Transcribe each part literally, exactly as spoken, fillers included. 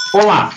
Olá,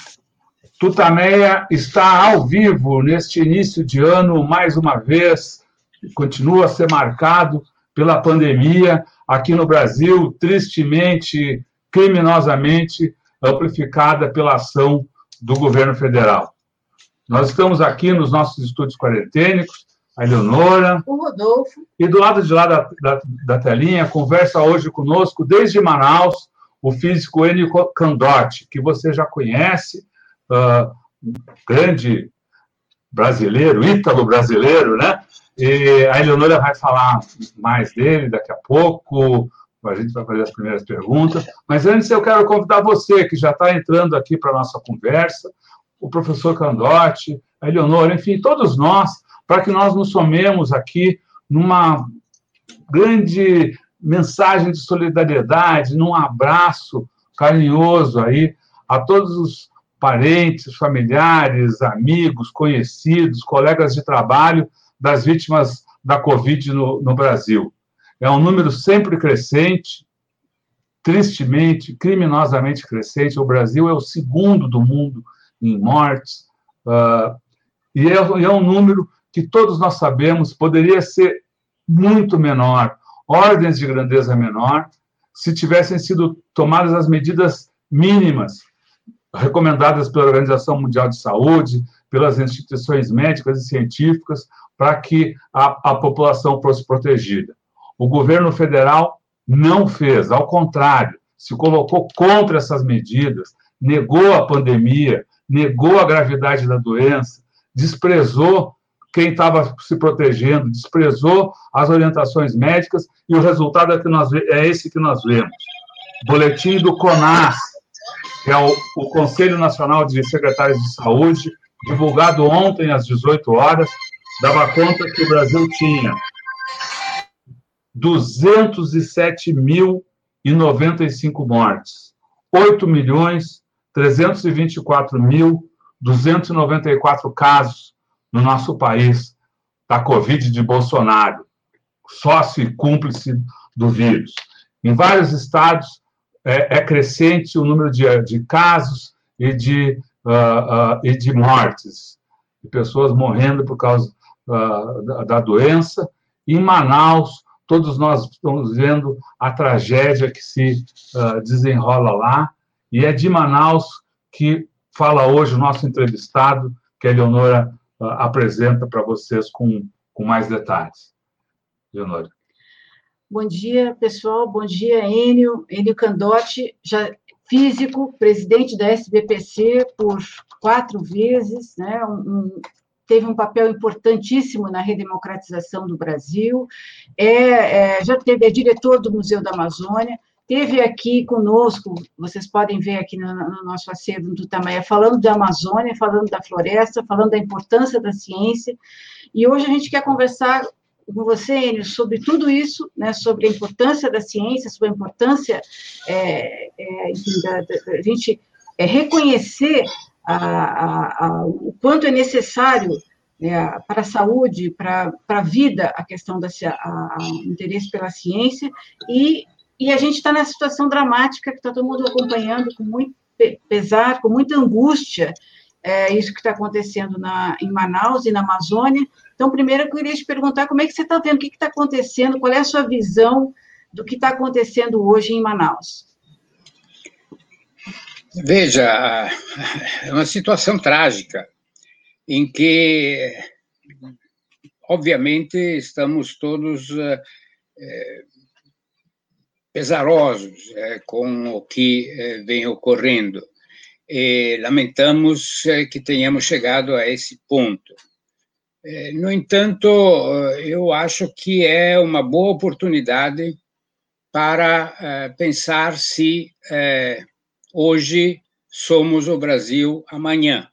Tutameia está ao vivo neste início de ano, mais uma vez, continua a ser marcado pela pandemia aqui no Brasil, tristemente, criminosamente amplificada pela ação do governo federal. Nós estamos aqui nos nossos estúdios quarentênicos, a Eleonora, o Rodolfo, e do lado de lá da, da, da telinha, conversa hoje conosco, desde Manaus, o físico Enio Candotti, que você já conhece, uh, grande brasileiro, ítalo-brasileiro, né? E a Eleonora vai falar mais dele daqui a pouco, a gente vai fazer as primeiras perguntas, mas antes eu quero convidar você, que já está entrando aqui para a nossa conversa, o professor Candotti, a Eleonora, enfim, todos nós, para que nós nos somemos aqui numa grande mensagem de solidariedade, num abraço carinhoso aí a todos os parentes, familiares, amigos, conhecidos, colegas de trabalho das vítimas da Covid no, no Brasil. É um número sempre crescente, tristemente, criminosamente crescente. O Brasil é o segundo do mundo em mortes, uh, e é, é um número que todos nós sabemos poderia ser muito menor, ordens de grandeza menor, se tivessem sido tomadas as medidas mínimas recomendadas pela Organização Mundial de Saúde, pelas instituições médicas e científicas, para que a, a população fosse protegida. O governo federal não fez, ao contrário, se colocou contra essas medidas, negou a pandemia, negou a gravidade da doença, desprezou quem estava se protegendo, desprezou as orientações médicas, e o resultado é, que nós, é esse que nós vemos. Boletim do CONAS, que é o, o Conselho Nacional de Secretários de Saúde, divulgado ontem às dezoito horas, dava conta que o Brasil tinha duzentos e sete mil e noventa e cinco mortes, oito milhões trezentos e vinte e quatro mil duzentos e noventa e quatro casos no nosso país da Covid de Bolsonaro, sócio e cúmplice do vírus. Em vários estados é, é crescente o número de, de casos e de, uh, uh, e de mortes, de pessoas morrendo por causa uh, da, da doença. Em Manaus, todos nós estamos vendo a tragédia que se uh, desenrola lá, e é de Manaus que fala hoje o nosso entrevistado, que a Eleonora uh, apresenta para vocês com, com mais detalhes. Eleonora. Bom dia, pessoal. Bom dia, Enio. Enio Candotti, já físico, presidente da S B P C por quatro vezes, né? Um, um, teve um papel importantíssimo na redemocratização do Brasil, é, é, já teve, é diretor do Museu da Amazônia, teve aqui conosco, vocês podem ver aqui no, no nosso acervo do Tutameia, falando da Amazônia, falando da floresta, falando da importância da ciência, e hoje a gente quer conversar com você, Enio, sobre tudo isso, né, sobre a importância da ciência, sobre a importância é, é, enfim, da, da, da gente é, reconhecer a, a, a, o quanto é necessário é, para a saúde, para, para a vida, a questão do interesse pela ciência, e, e a gente está nessa situação dramática que está todo mundo acompanhando com muito pesar, com muita angústia, é, isso que está acontecendo na, em Manaus e na Amazônia. Então, primeiro, eu queria te perguntar como é que você está vendo, o que está acontecendo, qual é a sua visão do que está acontecendo hoje em Manaus? Veja, é uma situação trágica, em que, obviamente, estamos todos é, pesarosos é, com o que é, vem ocorrendo, e lamentamos é, que tenhamos chegado a esse ponto. No entanto, eu acho que é uma boa oportunidade para pensar se hoje somos o Brasil amanhã.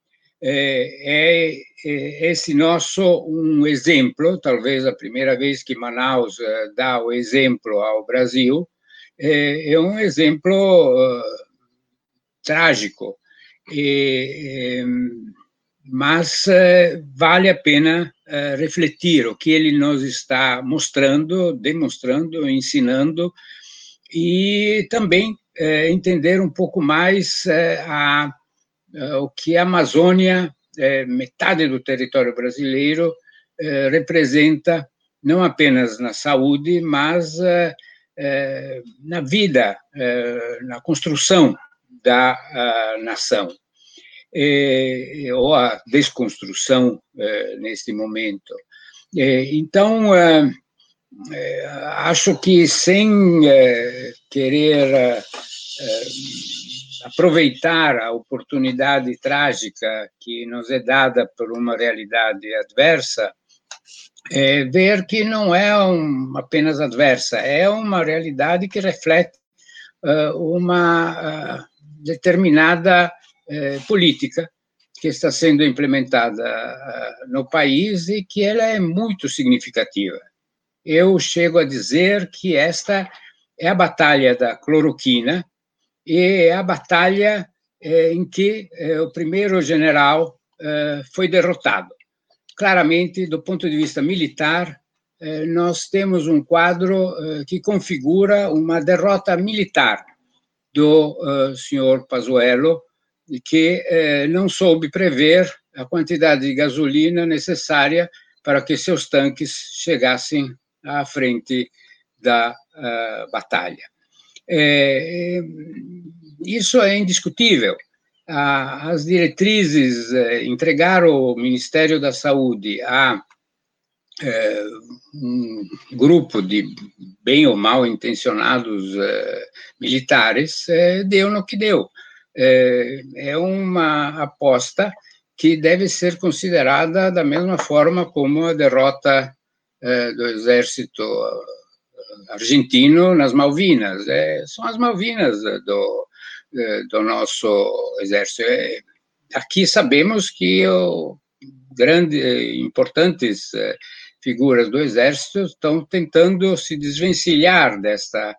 É esse nosso um exemplo, talvez a primeira vez que Manaus dá o exemplo ao Brasil, é um exemplo trágico. E, mas uh, vale a pena uh, refletir o que ele nos está mostrando, demonstrando, ensinando, e também é, entender um pouco mais é, a, a, o que a Amazônia, é, metade do território brasileiro, é, representa, não apenas na saúde, mas é, é, na vida, é, na construção da nação, é, ou a desconstrução é, neste momento. É, então, é, é, acho que sem é, querer é, aproveitar a oportunidade trágica que nos é dada por uma realidade adversa, é, ver que não é um, apenas adversa, é uma realidade que reflete uh, uma uh, determinada uh, política que está sendo implementada uh, no país e que ela é muito significativa. Eu chego a dizer que esta é a batalha da cloroquina e é a batalha eh, em que eh, o primeiro general eh, foi derrotado. Claramente, do ponto de vista militar, eh, nós temos um quadro eh, que configura uma derrota militar do eh, senhor Pazuello, que eh, não soube prever a quantidade de gasolina necessária para que seus tanques chegassem à frente da uh, batalha. É, isso é indiscutível. As diretrizes é, entregaram ao Ministério da Saúde a é, um grupo de bem ou mal intencionados é, militares, é, deu no que deu. É, é uma aposta que deve ser considerada da mesma forma como a derrota é, do exército argentino nas Malvinas. É, são as Malvinas do, do nosso exército. É, aqui sabemos que o, grande, importantes figuras do exército estão tentando se desvencilhar dessa,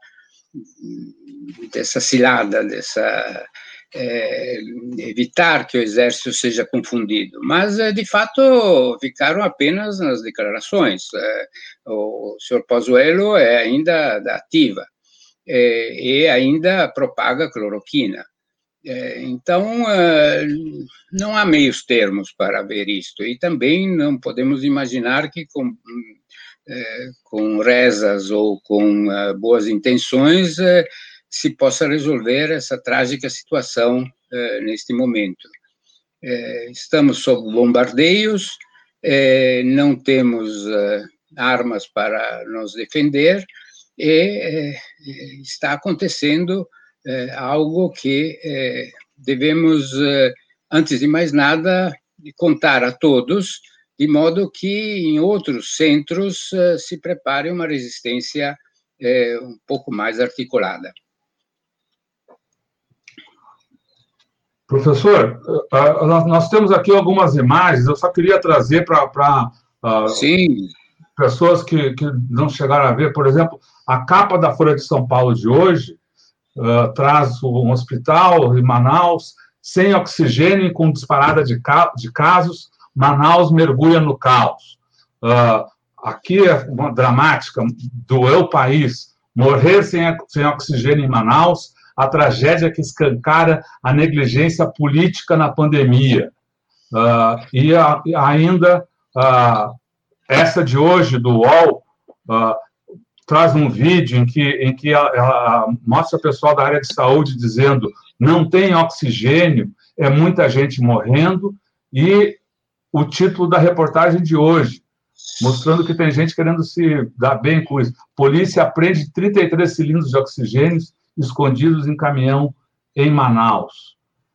dessa cilada, dessa... É, evitar que o exército seja confundido, mas, de fato, ficaram apenas nas declarações. É, o senhor Pazuello é ainda da ativa é, e ainda propaga cloroquina. É, então, é, não há meios termos para ver isto, e também não podemos imaginar que com, é, com rezas ou com é, boas intenções é, se possa resolver essa trágica situação eh, neste momento. Eh, estamos sob bombardeios, eh, não temos eh, armas para nos defender e está acontecendo algo que devemos, antes de mais nada, contar a todos, de modo que em outros centros se prepare uma resistência um pouco mais articulada. Professor, nós temos aqui algumas imagens, eu só queria trazer para uh, pessoas que, que não chegaram a ver, por exemplo, a capa da Folha de São Paulo de hoje uh, traz um hospital em Manaus sem oxigênio e com disparada de, ca de casos, Manaus mergulha no caos. Uh, aqui é uma dramática do Eu País, morrer sem, sem oxigênio em Manaus, a tragédia que escancara a negligência política na pandemia. Uh, e a, ainda, uh, essa de hoje, do U O L, uh, traz um vídeo em que, em que ela, ela mostra o pessoal da área de saúde dizendo não tem oxigênio, é muita gente morrendo, e o título da reportagem de hoje, mostrando que tem gente querendo se dar bem com isso. Polícia apreende trinta e três cilindros de oxigênio escondidos em caminhão em Manaus.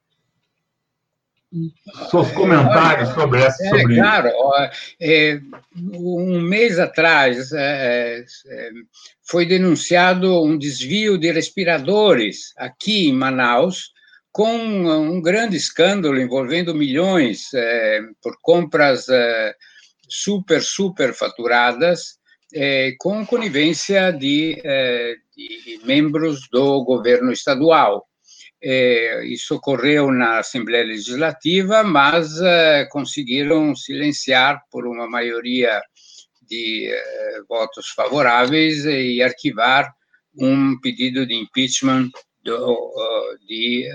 Seus comentários é, sobre, essa, sobre é, claro, é, um mês atrás é, foi denunciado um desvio de respiradores aqui em Manaus, com um grande escândalo envolvendo milhões é, por compras é, super, super faturadas, É, com conivência de, é, de membros do governo estadual. É, isso ocorreu na Assembleia Legislativa, mas é, conseguiram silenciar por uma maioria de é, votos favoráveis e arquivar um pedido de impeachment do, de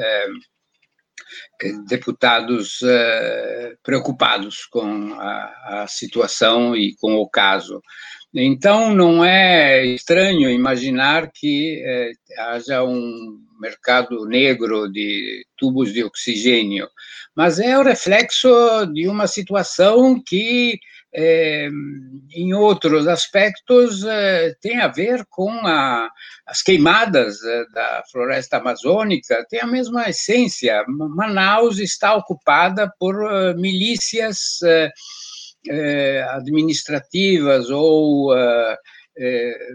deputados preocupados com a, a situação e com o caso. Então, não é estranho imaginar que eh, haja um mercado negro de tubos de oxigênio, mas é o reflexo de uma situação que, eh, em outros aspectos, eh, tem a ver com a, as queimadas eh, da floresta amazônica, tem a mesma essência. Manaus está ocupada por uh, milícias uh, Eh, administrativas ou uh, eh,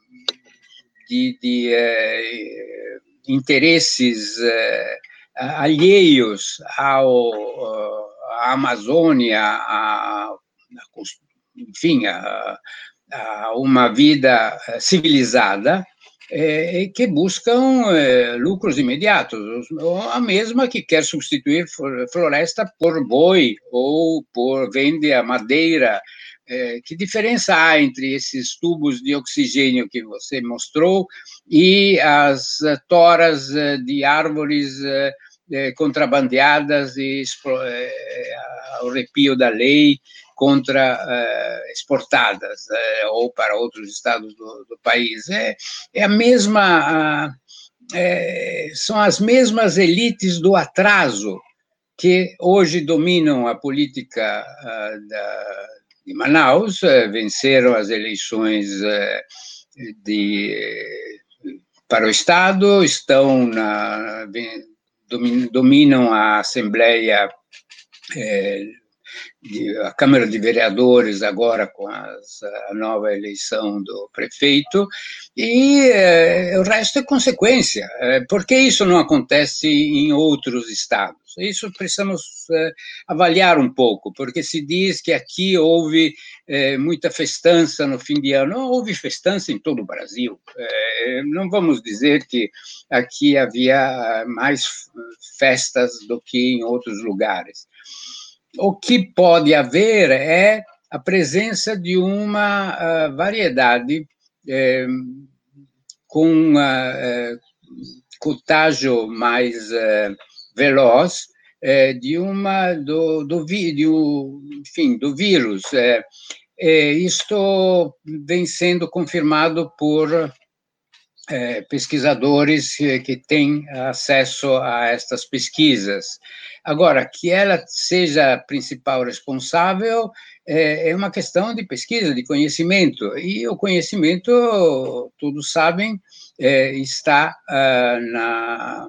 de, de eh, interesses eh, alheios ao, à Amazônia, a, a, enfim, a, a uma vida civilizada, É, que buscam é, lucros imediatos, a mesma que quer substituir floresta por boi ou por vende a madeira. É, que diferença há entre esses tubos de oxigênio que você mostrou e as toras de árvores é, contrabandeadas e é, ao arrepio da lei contra uh, exportadas uh, ou para outros estados do, do país. É, é a mesma, uh, é, são as mesmas elites do atraso que hoje dominam a política uh, da, de Manaus, uh, venceram as eleições uh, de, para o Estado, estão na, dominam a Assembleia uh, a Câmara de Vereadores agora com as, a nova eleição do prefeito, e eh, o resto é consequência. Eh, por que isso não acontece em outros estados? Isso precisamos eh, avaliar um pouco, porque se diz que aqui houve eh, muita festança no fim de ano. Não, houve festança em todo o Brasil. Eh, não vamos dizer que aqui havia mais festas do que em outros lugares. O que pode haver é a presença de uma uh, variedade eh, com uh, contágio mais uh, veloz eh, de uma do, do, do, enfim, do vírus. Eh, eh, isto vem sendo confirmado por É, pesquisadores que, que têm acesso a estas pesquisas. Agora, que ela seja a principal responsável é, é uma questão de pesquisa, de conhecimento, e o conhecimento, todos sabem, é, está ah, na,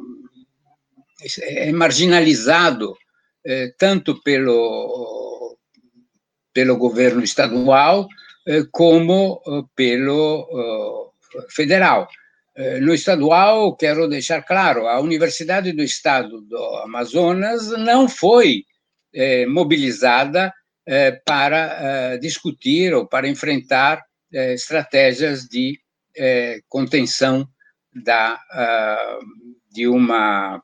é marginalizado é, tanto pelo, pelo governo estadual é, como pelo federal. No estadual, quero deixar claro, a Universidade do Estado do Amazonas não foi eh, mobilizada eh, para eh, discutir ou para enfrentar eh, estratégias de eh, contenção da, uh, de uma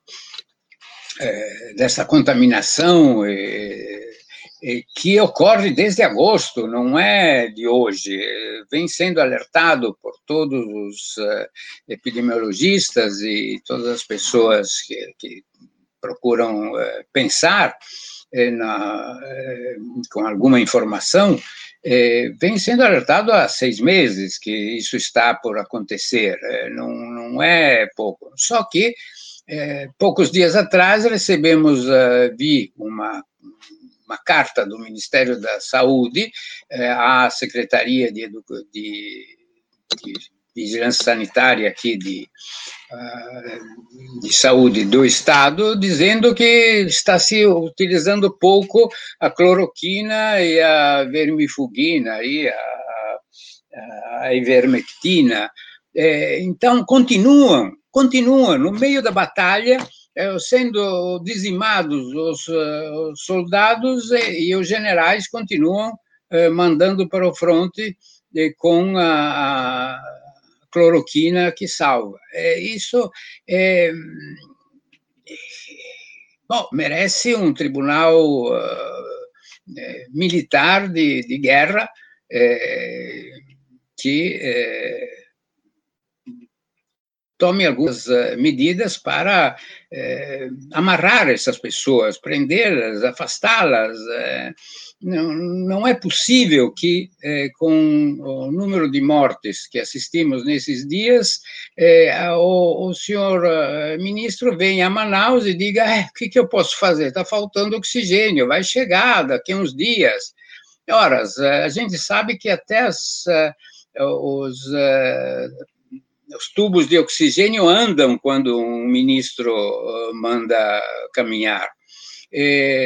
eh, dessa contaminação eh, que ocorre desde agosto, não é de hoje, vem sendo alertado por todos os uh, epidemiologistas e todas as pessoas que, que procuram uh, pensar eh, na, eh, com alguma informação, eh, vem sendo alertado há seis meses que isso está por acontecer, eh, não, não é pouco. Só que, eh, poucos dias atrás, recebemos, uh, vi uma uma carta do Ministério da Saúde eh, à Secretaria de, de, de Vigilância Sanitária aqui de, uh, de Saúde do Estado, dizendo que está se utilizando pouco a cloroquina e a vermifugina e a, a ivermectina. Eh, então, continuam, continuam no meio da batalha, sendo dizimados os, os soldados e, e os generais continuam eh, mandando para o fronte eh, com a, a cloroquina que salva. É, isso é, bom, merece um tribunal uh, é, militar de, de guerra é, que é, tome algumas uh, medidas para uh, amarrar essas pessoas, prendê-las, afastá-las. Uh, não, não é possível que, uh, com o número de mortes que assistimos nesses dias, uh, o, o senhor uh, ministro venha a Manaus e diga, eh, o que, que eu posso fazer? Está faltando oxigênio, vai chegar daqui a uns dias. Ora, a gente sabe que até as, os, os tubos de oxigênio andam quando um ministro manda caminhar. É,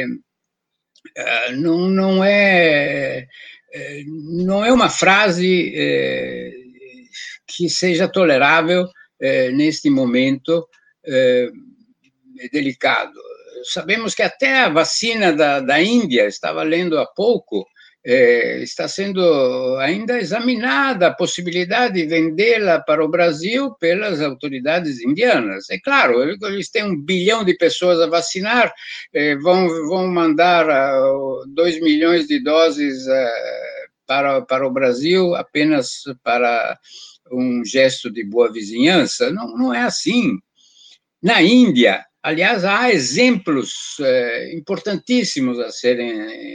não, não, é, não é uma frase é, que seja tolerável é, neste momento é, delicado. Sabemos que até a vacina da, da Índia, estava lendo há pouco, É, está sendo ainda examinada a possibilidade de vendê-la para o Brasil pelas autoridades indianas. É claro, eles têm um bilhão de pessoas a vacinar, é, vão, vão mandar uh, dois milhões de doses uh, para, para o Brasil apenas para um gesto de boa vizinhança. Não, não é assim. Na Índia, aliás, há exemplos eh, importantíssimos a serem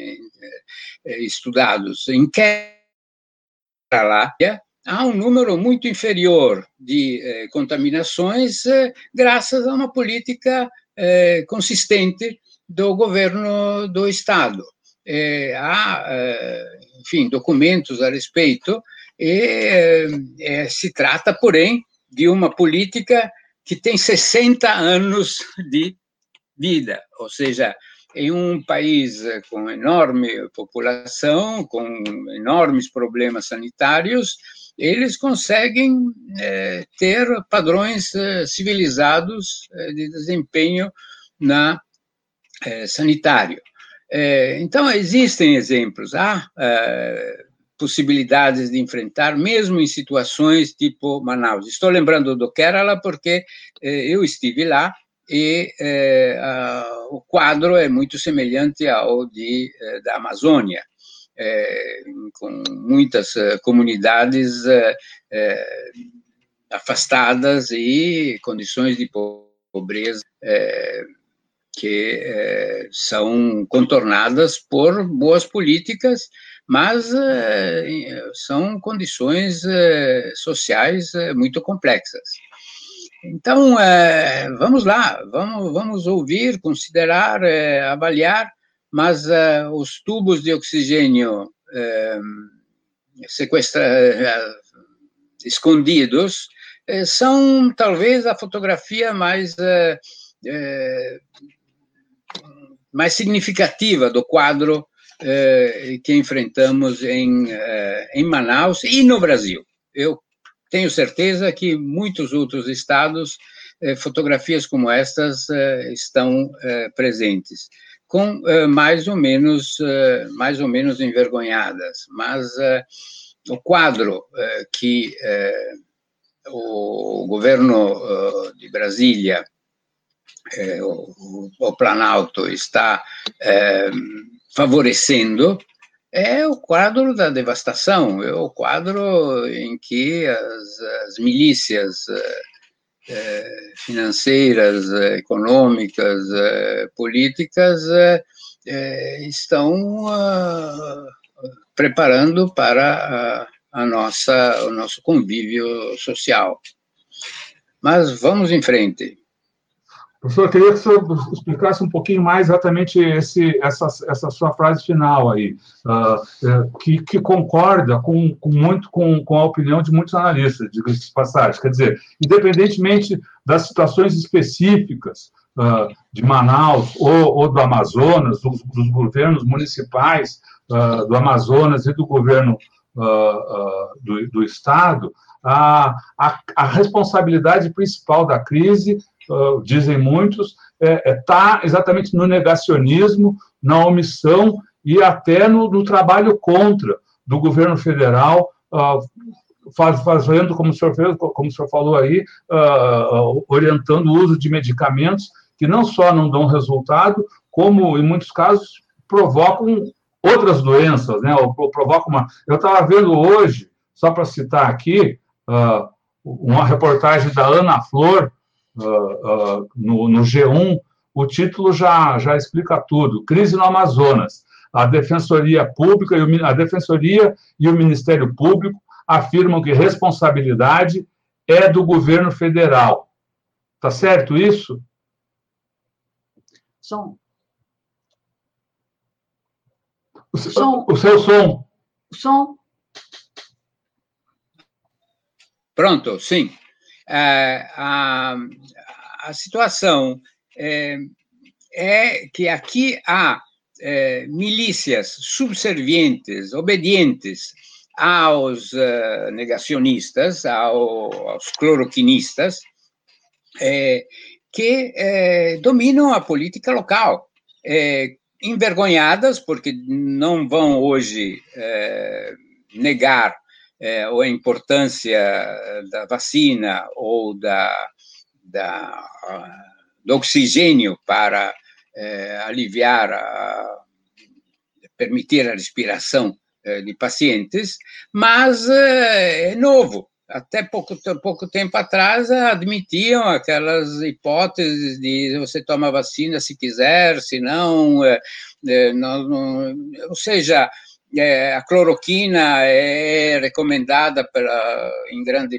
eh, estudados. Em Kerala, há um número muito inferior de eh, contaminações eh, graças a uma política eh, consistente do governo do Estado. Eh, há, eh, enfim, documentos a respeito, e eh, se trata, porém, de uma política que tem sessenta anos de vida, ou seja, em um país com enorme população, com enormes problemas sanitários, eles conseguem é, ter padrões é, civilizados é, de desempenho na é, sanitário. É, então, existem exemplos, há é, possibilidades de enfrentar, mesmo em situações tipo Manaus. Estou lembrando do Kerala porque eh, eu estive lá e eh, a, o quadro é muito semelhante ao de, eh, da Amazônia, eh, com muitas eh, comunidades eh, eh, afastadas e condições de pobreza eh, que eh, são contornadas por boas políticas, mas eh, são condições eh, sociais eh, muito complexas. Então, eh, vamos lá, vamos, vamos ouvir, considerar, eh, avaliar, mas eh, os tubos de oxigênio eh, sequestra, eh, escondidos eh, são talvez a fotografia mais... Eh, eh, mais significativa do quadro eh, que enfrentamos em, eh, em Manaus e no Brasil. Eu tenho certeza que muitos outros estados, eh, fotografias como estas eh, estão eh, presentes, com eh, mais ou menos, eh, mais ou menos envergonhadas, mas eh, o quadro eh, que eh, o governo eh, de Brasília, Eh, o, o Planalto está eh, favorecendo é o quadro da devastação, é o quadro em que as, as milícias eh, financeiras, econômicas, eh, políticas eh, estão ah, preparando para a, a nossa, o nosso convívio social. Mas vamos em frente. Professor, eu queria que o senhor explicasse um pouquinho mais exatamente esse, essa, essa sua frase final aí, uh, que, que concorda com, com, muito, com, com a opinião de muitos analistas, diga-se de passagem. Quer dizer, independentemente das situações específicas uh, de Manaus ou, ou do Amazonas, dos, dos governos municipais uh, do Amazonas e do governo uh, uh, do, do Estado, a, a, a responsabilidade principal da crise, uh, dizem muitos, está é, é, tá exatamente no negacionismo, na omissão e até no, no trabalho contra do governo federal, uh, faz, fazendo, como o senhor fez, como o senhor falou aí, uh, uh, orientando o uso de medicamentos que não só não dão resultado, como, em muitos casos, provocam outras doenças, né? Ou provocam uma... Eu estava vendo hoje, só para citar aqui, Uh, uma reportagem da Ana Flor, uh, uh, no, no G um, o título já, já explica tudo. Crise no Amazonas. A Defensoria Pública, e o, a Defensoria e o Ministério Público afirmam que responsabilidade é do governo federal. Tá certo isso? Som. O, som. O seu som. O som. Pronto, sim. É, a, a situação é, é que aqui há é, milícias subservientes, obedientes aos uh, negacionistas, ao, aos cloroquinistas, é, que é, dominam a política local, é, envergonhadas, porque não vão hoje é, negar é, a importância da vacina ou da, da, do oxigênio para é, aliviar, a, permitir a respiração é, de pacientes, mas é, é novo. Até pouco, pouco tempo atrás, admitiam aquelas hipóteses de você toma vacina se quiser, se não, é, é, não, não ou seja, é, a cloroquina é recomendada pra, em grande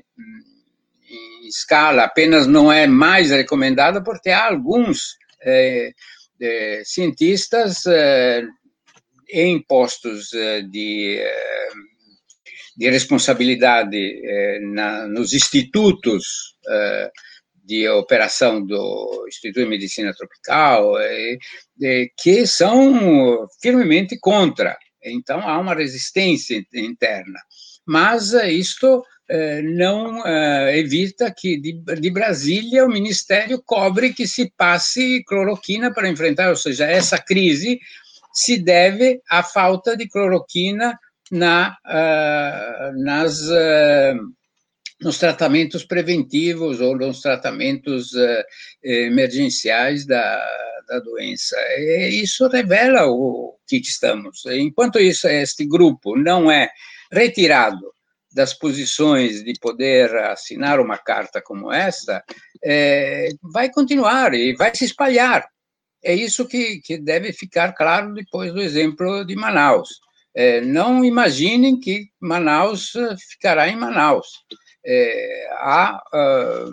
em escala, apenas não é mais recomendada porque há alguns é, é, cientistas é, em postos de... É, de responsabilidade eh, na, nos institutos eh, de operação do Instituto de Medicina Tropical, eh, eh, que são firmemente contra. Então, há uma resistência interna. Mas eh, isto eh, não eh, evita que, de, de Brasília, o Ministério cobre que se passe cloroquina para enfrentar, ou seja, essa crise se deve à falta de cloroquina Na, uh, nas, uh, nos tratamentos preventivos ou nos tratamentos uh, emergenciais da, da doença. E isso revela o que estamos. Enquanto isso, este grupo não é retirado das posições de poder assinar uma carta como esta, é, vai continuar e vai se espalhar. É isso que, que deve ficar claro depois do exemplo de Manaus. É, não imaginem que Manaus ficará em Manaus. É, há uh,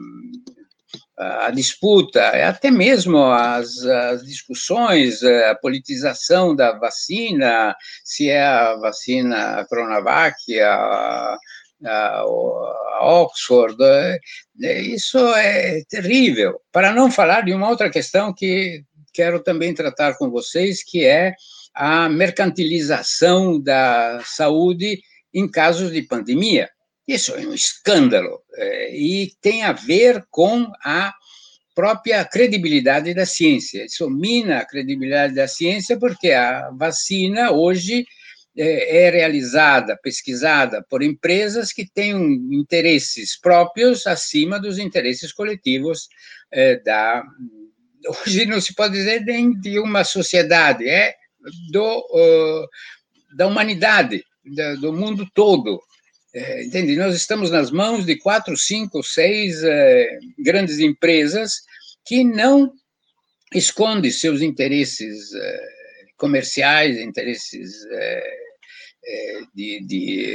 a disputa, até mesmo as, as discussões, a politização da vacina, se é a vacina Coronavac, a, a, a Oxford, é, isso é terrível. Para não falar de uma outra questão que quero também tratar com vocês, que é a mercantilização da saúde em casos de pandemia. Isso é um escândalo é, e tem a ver com a própria credibilidade da ciência. Isso mina a credibilidade da ciência porque a vacina hoje é, é realizada, pesquisada por empresas que têm interesses próprios acima dos interesses coletivos é, da... Hoje não se pode dizer nem de uma sociedade, é Do, uh, da humanidade, da, do mundo todo. É, entende? Nós estamos nas mãos de quatro, cinco, seis é, grandes empresas que não escondem seus interesses é, comerciais, interesses é, é, de, de,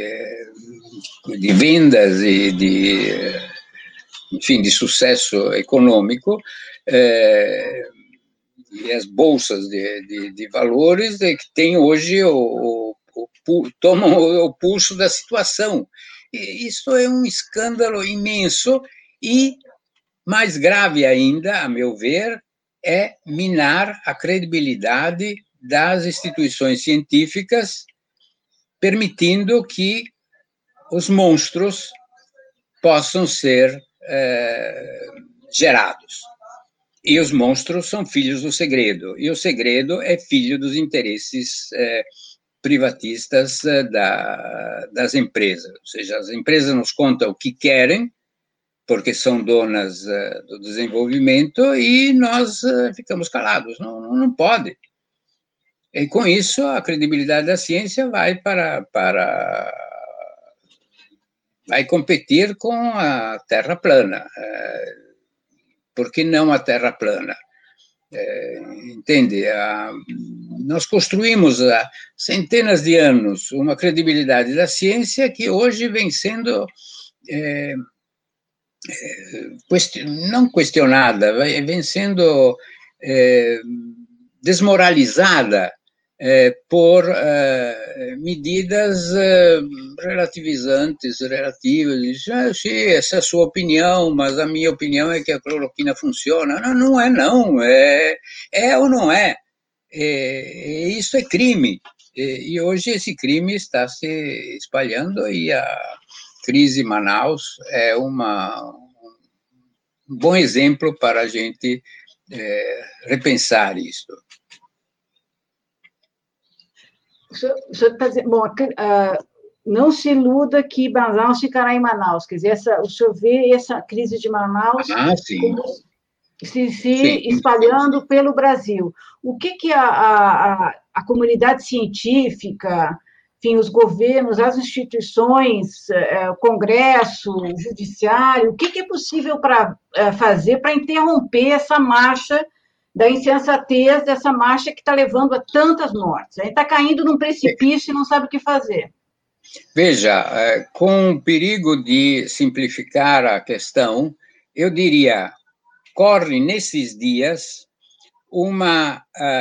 de vendas e de, enfim, de sucesso econômico, é, e as bolsas de, de, de valores que tem hoje o, o, o, tomam o, o pulso da situação. E isso é um escândalo imenso e, mais grave ainda, a meu ver, é minar a credibilidade das instituições científicas, permitindo que os monstros possam ser é, gerados. E os monstros são filhos do segredo, e o segredo é filho dos interesses eh, privatistas eh, da, das empresas. Ou seja, as empresas nos contam o que querem, porque são donas eh, do desenvolvimento, e nós eh, ficamos calados, não, não pode. E com isso, a credibilidade da ciência vai para, para, vai competir com a Terra plana. Por que não a Terra plana? É, entende? A, nós construímos há centenas de anos uma credibilidade da ciência que hoje vem sendo é, é, questi não questionada, vem sendo é, desmoralizada é, por é, medidas é, relativizantes, relativas. Diz, ah, sim, essa é a sua opinião, mas a minha opinião é que a cloroquina funciona. Não, não é não, é, é ou não é. É, isso é crime. E, e hoje esse crime está se espalhando e a crise em Manaus é uma, um bom exemplo para a gente é, repensar isso. O senhor está dizendo, bom, uh, não se iluda que Manaus ficará em Manaus, quer dizer, essa, o senhor vê essa crise de Manaus ah, como se, se espalhando pelo Brasil. O que, que a, a, a comunidade científica, enfim, os governos, as instituições, uh, o Congresso, o Judiciário, o que, que é possível para uh, fazer para interromper essa marcha da insensatez dessa marcha que está levando a tantas mortes? A gente está caindo num precipício e não sabe o que fazer. Veja, com o perigo de simplificar a questão, eu diria, corre nesses dias uma,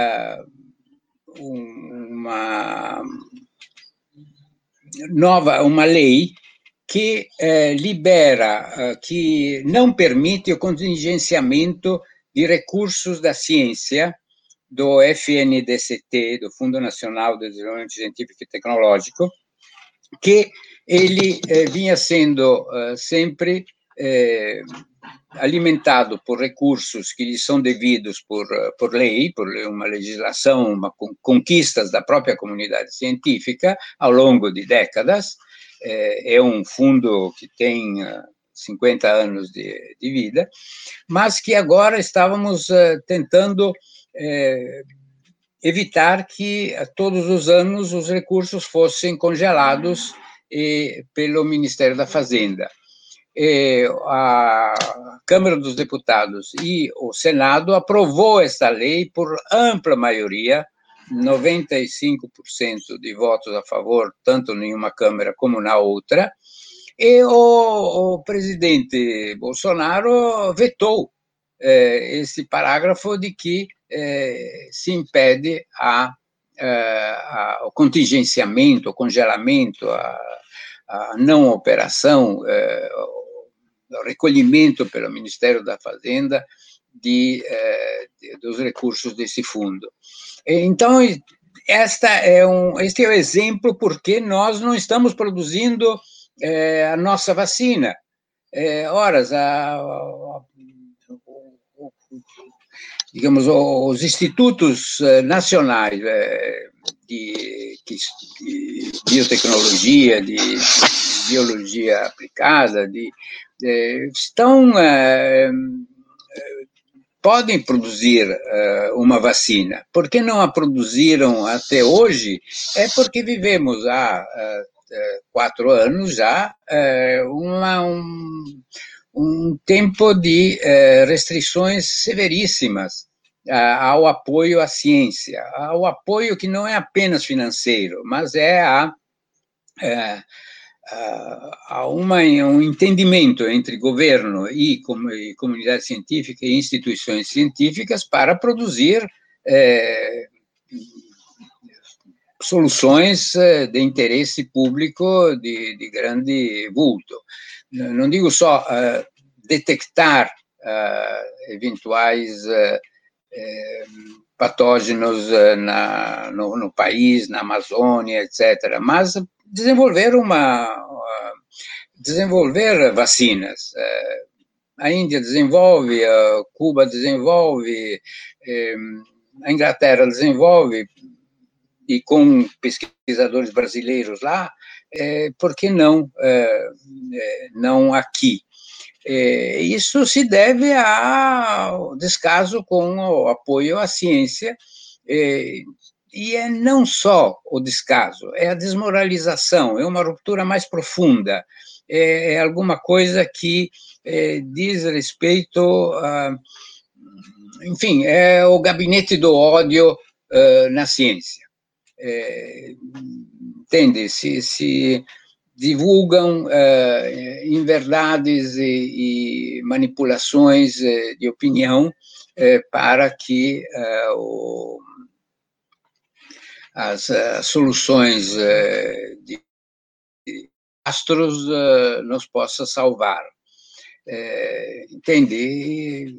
uma nova, uma lei que libera, que não permite o contingenciamento de recursos da ciência, do F N D C T, do Fundo Nacional de Desenvolvimento Científico e Tecnológico, que ele eh, vinha sendo eh, sempre eh, alimentado por recursos que lhe são devidos por, por lei, por uma legislação, uma, conquistas da própria comunidade científica ao longo de décadas. Eh, é um fundo que tem cinquenta anos de, de vida, mas que agora estávamos uh, tentando uh, evitar que uh, todos os anos os recursos fossem congelados uh, pelo Ministério da Fazenda. E a Câmara dos Deputados e o Senado aprovou esta lei por ampla maioria, noventa e cinco por cento de votos a favor, tanto em uma Câmara como na outra. E o, o presidente Bolsonaro vetou eh, esse parágrafo de que eh, se impede a, a, a, o contingenciamento, o congelamento, a, a não operação, eh, o recolhimento pelo Ministério da Fazenda de, eh, de, dos recursos desse fundo. Então, esta é um, este é o exemplo porque nós não estamos produzindo É, a nossa vacina. É, horas, a, a, a, digamos, os institutos nacionais de, de biotecnologia, de biologia aplicada, de, de, estão, é, podem produzir é, uma vacina. Por que não a produziram até hoje? É porque vivemos há quatro anos já, uma, um, um tempo de restrições severíssimas ao apoio à ciência, ao apoio que não é apenas financeiro, mas é a, a uma, um entendimento entre governo e comunidade científica e instituições científicas para produzir é, soluções de interesse público de, de grande vulto. Não digo só uh, detectar uh, eventuais uh, uh, patógenos uh, na, no, no país, na Amazônia, etcétera, mas desenvolver uma uh, desenvolver vacinas. Uh, a Índia desenvolve, a Cuba desenvolve, um, a Inglaterra desenvolve, e com pesquisadores brasileiros lá, é, por que não, é, não aqui? É, isso se deve ao descaso com o apoio à ciência, é, e é não só o descaso, é a desmoralização, é uma ruptura mais profunda. é, é alguma coisa que é, diz respeito a, enfim, é o gabinete do ódio uh, na ciência. É, entende? Se, se divulgam uh, inverdades e, e manipulações uh, de opinião uh, para que uh, o, as, as soluções uh, de astros uh, nos possa salvar. Uh, entende? E,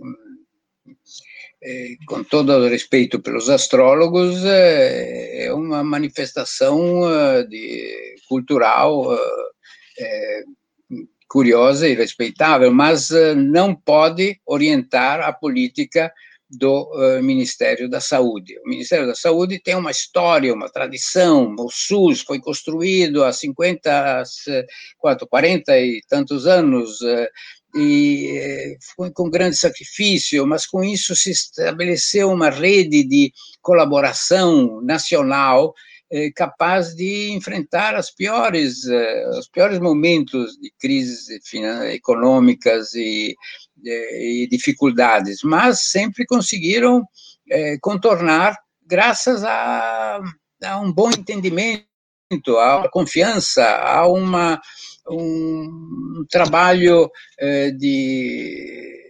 com todo o respeito pelos astrólogos, é uma manifestação de, cultural é, curiosa e respeitável, mas não pode orientar a política do Ministério da Saúde. O Ministério da Saúde tem uma história, uma tradição, o SUS foi construído há cinquenta, quarenta e tantos anos, e foi com grande sacrifício, mas com isso se estabeleceu uma rede de colaboração nacional eh, capaz de enfrentar as piores, eh, os piores momentos de crises econômicas e, e, e dificuldades, mas sempre conseguiram eh, contornar graças a, a um bom entendimento, a uma confiança, a uma um trabalho eh, de,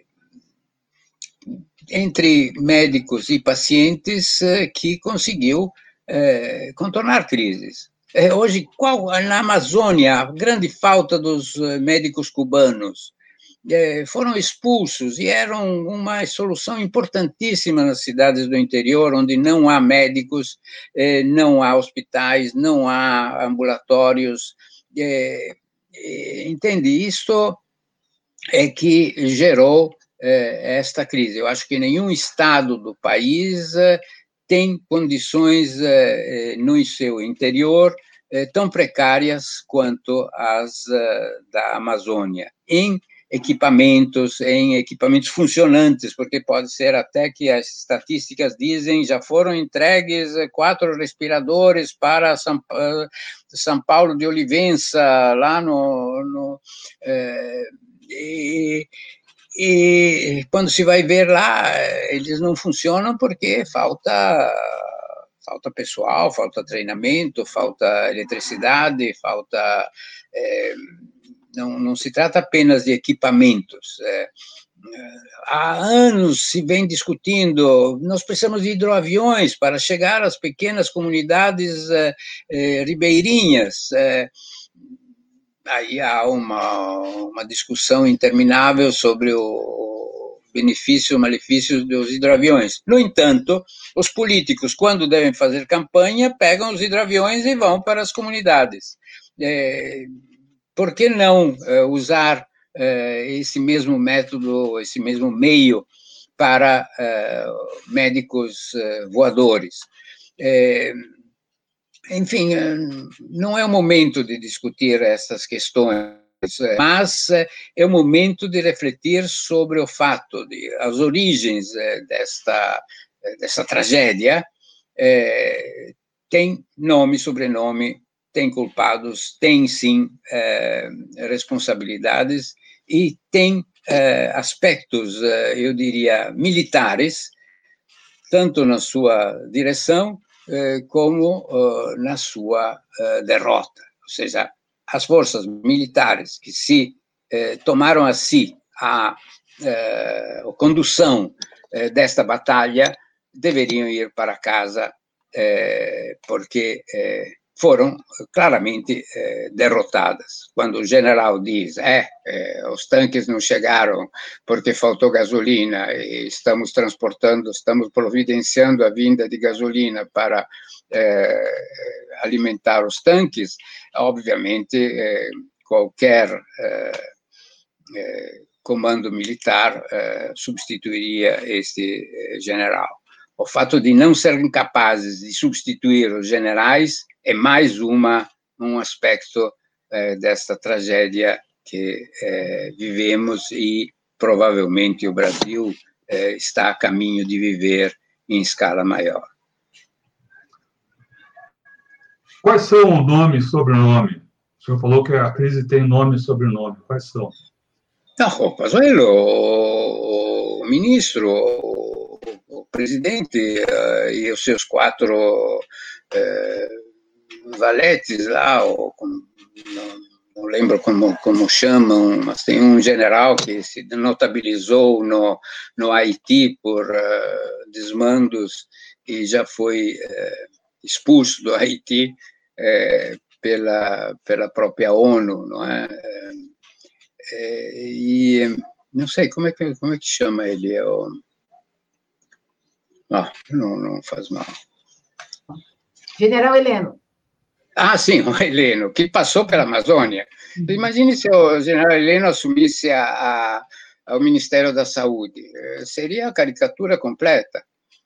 entre médicos e pacientes eh, que conseguiu eh, contornar crises. Eh, hoje, qual, na Amazônia, a grande falta dos médicos cubanos, eh, foram expulsos e eram uma solução importantíssima nas cidades do interior, onde não há médicos, eh, não há hospitais, não há ambulatórios, eh, entende? Isso é que gerou eh, esta crise. Eu acho que nenhum estado do país eh, tem condições eh, no seu interior eh, tão precárias quanto as eh, da Amazônia, em equipamentos, em equipamentos funcionantes, porque pode ser até que as estatísticas dizem já foram entregues quatro respiradores para São, São Paulo de Olivença, lá no... no é, e, e quando se vai ver lá, eles não funcionam porque falta... falta pessoal, falta treinamento, falta eletricidade, falta... É, Não, não se trata apenas de equipamentos. É, há anos se vem discutindo, nós precisamos de hidroaviões para chegar às pequenas comunidades é, é, ribeirinhas. É, aí há uma, uma discussão interminável sobre o benefício e malefício dos hidroaviões. No entanto, os políticos, quando devem fazer campanha, pegam os hidroaviões e vão para as comunidades. É, Por que não uh, usar uh, esse mesmo método, esse mesmo meio para uh, médicos uh, voadores? É, enfim, uh, não é o momento de discutir essas questões, mas uh, é o momento de refletir sobre o fato de as origens uh, desta, uh, desta tragédia uh, têm nome e sobrenome, tem culpados, tem sim eh, responsabilidades e tem eh, aspectos, eh, eu diria, militares, tanto na sua direção eh, como eh, na sua eh, derrota. Ou seja, as forças militares que se eh, tomaram a si a, eh, a condução eh, desta batalha deveriam ir para casa eh, porque eh, foram claramente eh, derrotadas. Quando o general diz, é, eh, os tanques não chegaram porque faltou gasolina e estamos transportando, estamos providenciando a vinda de gasolina para eh, alimentar os tanques, obviamente eh, qualquer eh, eh, comando militar eh, substituiria este eh, general. O fato de não serem capazes de substituir os generais é mais uma, um aspecto eh, desta tragédia que eh, vivemos e provavelmente o Brasil eh, está a caminho de viver em escala maior. Quais são o nome e sobrenome senhor falou que a crise tem nome e sobrenome. Quais são? Não, o Pazuello, o, o ministro, o, o presidente uh, e os seus quatro uh, valetes lá, ou, como, não, não lembro como, como chamam, mas tem um general que se notabilizou no, no Haiti por uh, desmandos e já foi uh, expulso do Haiti uh, pela, pela própria ONU, não é? É, e não sei como é que, como é que chama ele. É o... ah, não, não faz mal. General Heleno. Ah, sim, o Heleno, que passou pela Amazônia. Imagine se o general Heleno assumisse a, a, ao Ministério da Saúde. Seria a caricatura completa.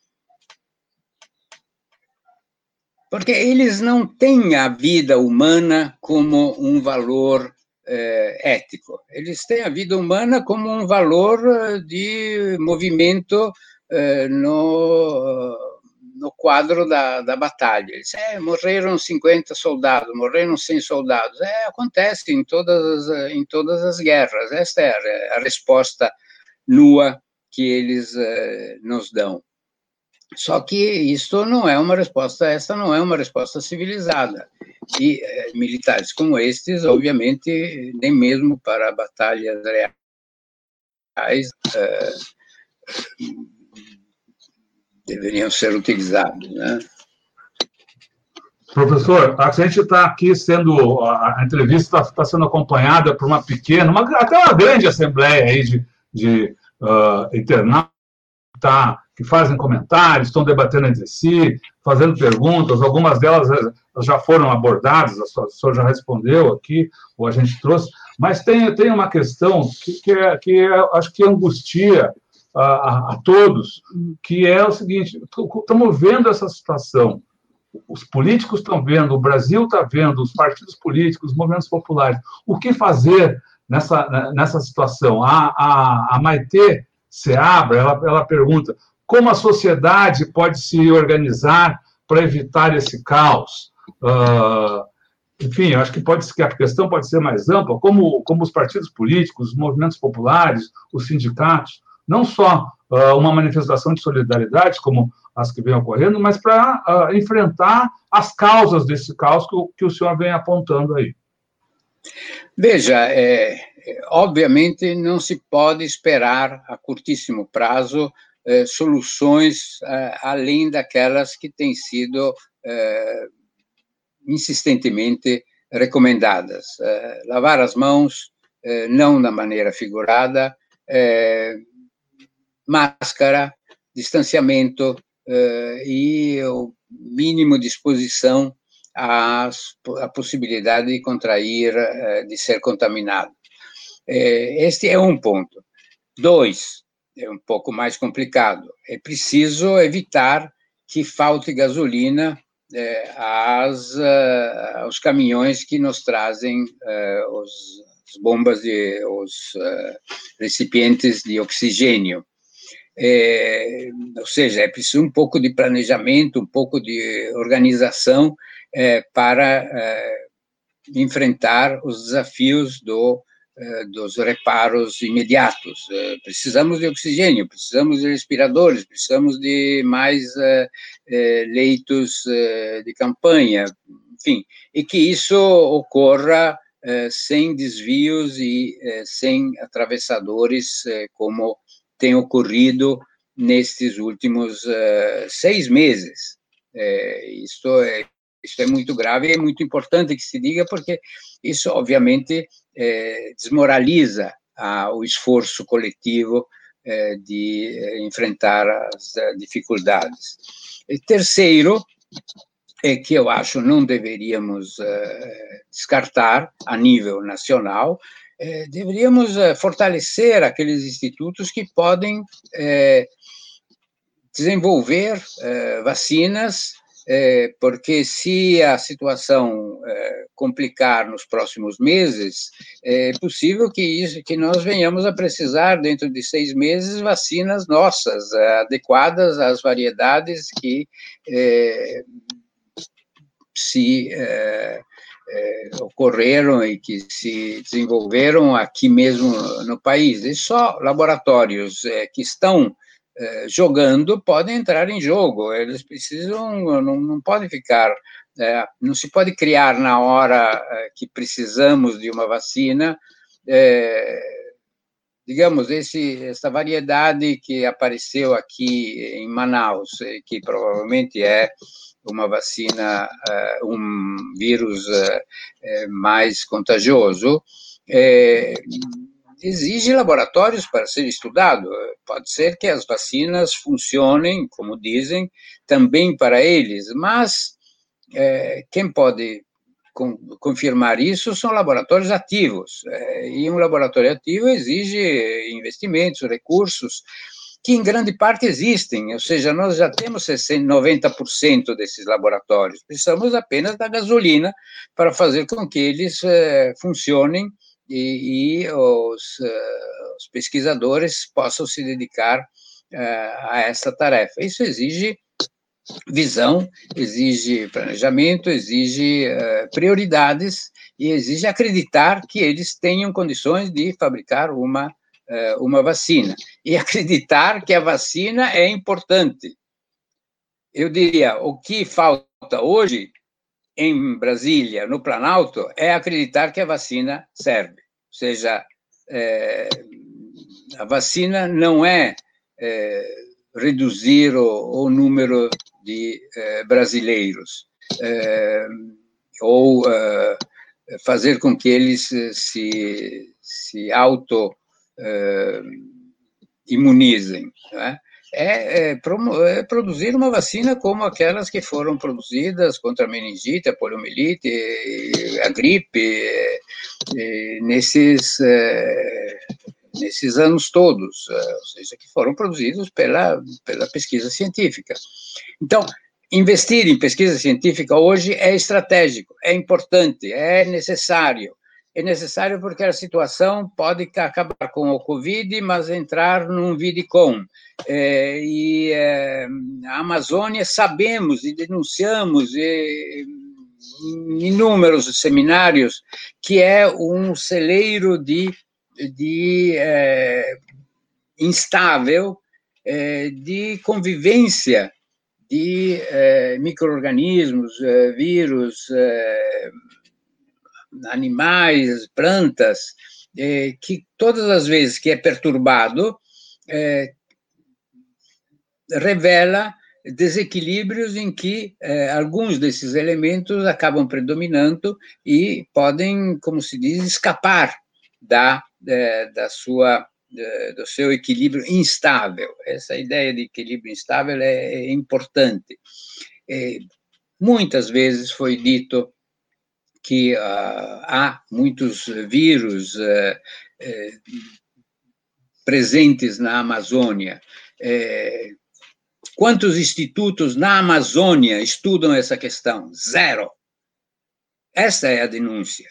Porque eles não têm a vida humana como um valor ético. Eles têm a vida humana como um valor de movimento no, no quadro da, da batalha. Eles, é, morreram cinquenta soldados, morreram cem soldados. É, acontece em todas, as, em todas as guerras. Esta é a resposta nua que eles nos dão. Só que isto não é uma resposta, essa não é uma resposta civilizada. E eh, militares como estes, obviamente, nem mesmo para batalhas reais eh, deveriam ser utilizados, né? Professor, a gente está aqui sendo, a, a entrevista está tá sendo acompanhada por uma pequena, uma, até uma grande assembleia aí de, de uh, internautas, tá, que fazem comentários, estão debatendo entre si, fazendo perguntas, algumas delas já foram abordadas, o senhor já respondeu aqui, ou a gente trouxe, mas tem, tem uma questão que, que, é, que é, acho que angustia a, a, a todos, que é o seguinte, estamos vendo essa situação, os políticos estão vendo, o Brasil está vendo, os partidos políticos, os movimentos populares, o que fazer nessa, nessa situação? A, a, a Maitê Seabra, ela, ela pergunta, como a sociedade pode se organizar para evitar esse caos? Uh, enfim, eu acho que, pode, que a questão pode ser mais ampla, como, como os partidos políticos, os movimentos populares, os sindicatos, não só uh, uma manifestação de solidariedade, como as que vêm ocorrendo, mas para uh, enfrentar as causas desse caos que o, que o senhor vem apontando aí. Veja, é, obviamente não se pode esperar a curtíssimo prazo é, soluções é, além daquelas que têm sido é, insistentemente recomendadas. É, lavar as mãos, é, não da maneira figurada, é, máscara, distanciamento é, e o mínimo de exposição a, a possibilidade de contrair, de ser contaminado. Este é um ponto. Dois, é um pouco mais complicado, é preciso evitar que falte gasolina às, aos caminhões que nos trazem os, as bombas, de, os recipientes de oxigênio. É, ou seja, é preciso um pouco de planejamento, um pouco de organização é, para é, enfrentar os desafios do, é, dos reparos imediatos. É, precisamos de oxigênio, precisamos de respiradores, precisamos de mais é, é, leitos é, de campanha, enfim, e que isso ocorra é, sem desvios e é, sem atravessadores, é, como tem ocorrido nestes últimos uh, seis meses. É, isto, é, isto é muito grave e é muito importante que se diga, porque isso, obviamente, é, desmoraliza a, o esforço coletivo é, de é, enfrentar as a, dificuldades. E terceiro, é que eu acho não deveríamos uh, descartar a nível nacional, Eh, deveríamos eh, fortalecer aqueles institutos que podem eh, desenvolver eh, vacinas, eh, porque se a situação eh, complicar nos próximos meses, é possível que, isso, que nós venhamos a precisar, dentro de seis meses, vacinas nossas, eh, adequadas às variedades que eh, se... Eh, é, ocorreram e que se desenvolveram aqui mesmo no país. E só laboratórios é, que estão é, jogando podem entrar em jogo. Eles precisam, não, não podem ficar, é, não se pode criar na hora é, que precisamos de uma vacina, é, digamos, esse, essa variedade que apareceu aqui em Manaus, que provavelmente é uma vacina, um vírus mais contagioso, é, exige laboratórios para ser estudado. Pode ser que as vacinas funcionem, como dizem, também para eles, mas é, quem pode confirmar isso são laboratórios ativos, e um laboratório ativo exige investimentos, recursos, que em grande parte existem, ou seja, nós já temos noventa por cento desses laboratórios, precisamos apenas da gasolina para fazer com que eles eh, funcionem e, e os, uh, os pesquisadores possam se dedicar uh, a essa tarefa. Isso exige visão, exige planejamento, exige uh, prioridades e exige acreditar que eles tenham condições de fabricar uma, uh, uma vacina. E acreditar que a vacina é importante. Eu diria, o que falta hoje em Brasília, no Planalto, é acreditar que a vacina serve. Ou seja, é, a vacina não é, é reduzir o, o número de eh, brasileiros, eh, ou eh, fazer com que eles se, se auto-imunizem, né? É, é, promo, é produzir uma vacina como aquelas que foram produzidas contra a meningite, a poliomielite, a gripe, nesses... nesses anos todos, ou seja, que foram produzidos pela, pela pesquisa científica. Então, investir em pesquisa científica hoje é estratégico, é importante, é necessário. É necessário porque a situação pode acabar com o Covid, mas entrar num vidicom. É, e é, a Amazônia, sabemos e denunciamos e, em inúmeros seminários, que é um celeiro de de é, instável, é, de convivência de é, micro-organismos, é, vírus, é, animais, plantas, é, que todas as vezes que é perturbado, é, revela desequilíbrios em que é, alguns desses elementos acabam predominando e podem, como se diz, escapar da da sua, do seu equilíbrio instável. Essa ideia de equilíbrio instável é, é importante. É, muitas vezes foi dito que uh, há muitos vírus uh, uh, presentes na Amazônia. Uh, quantos institutos na Amazônia estudam essa questão? Zero. Essa é a denúncia.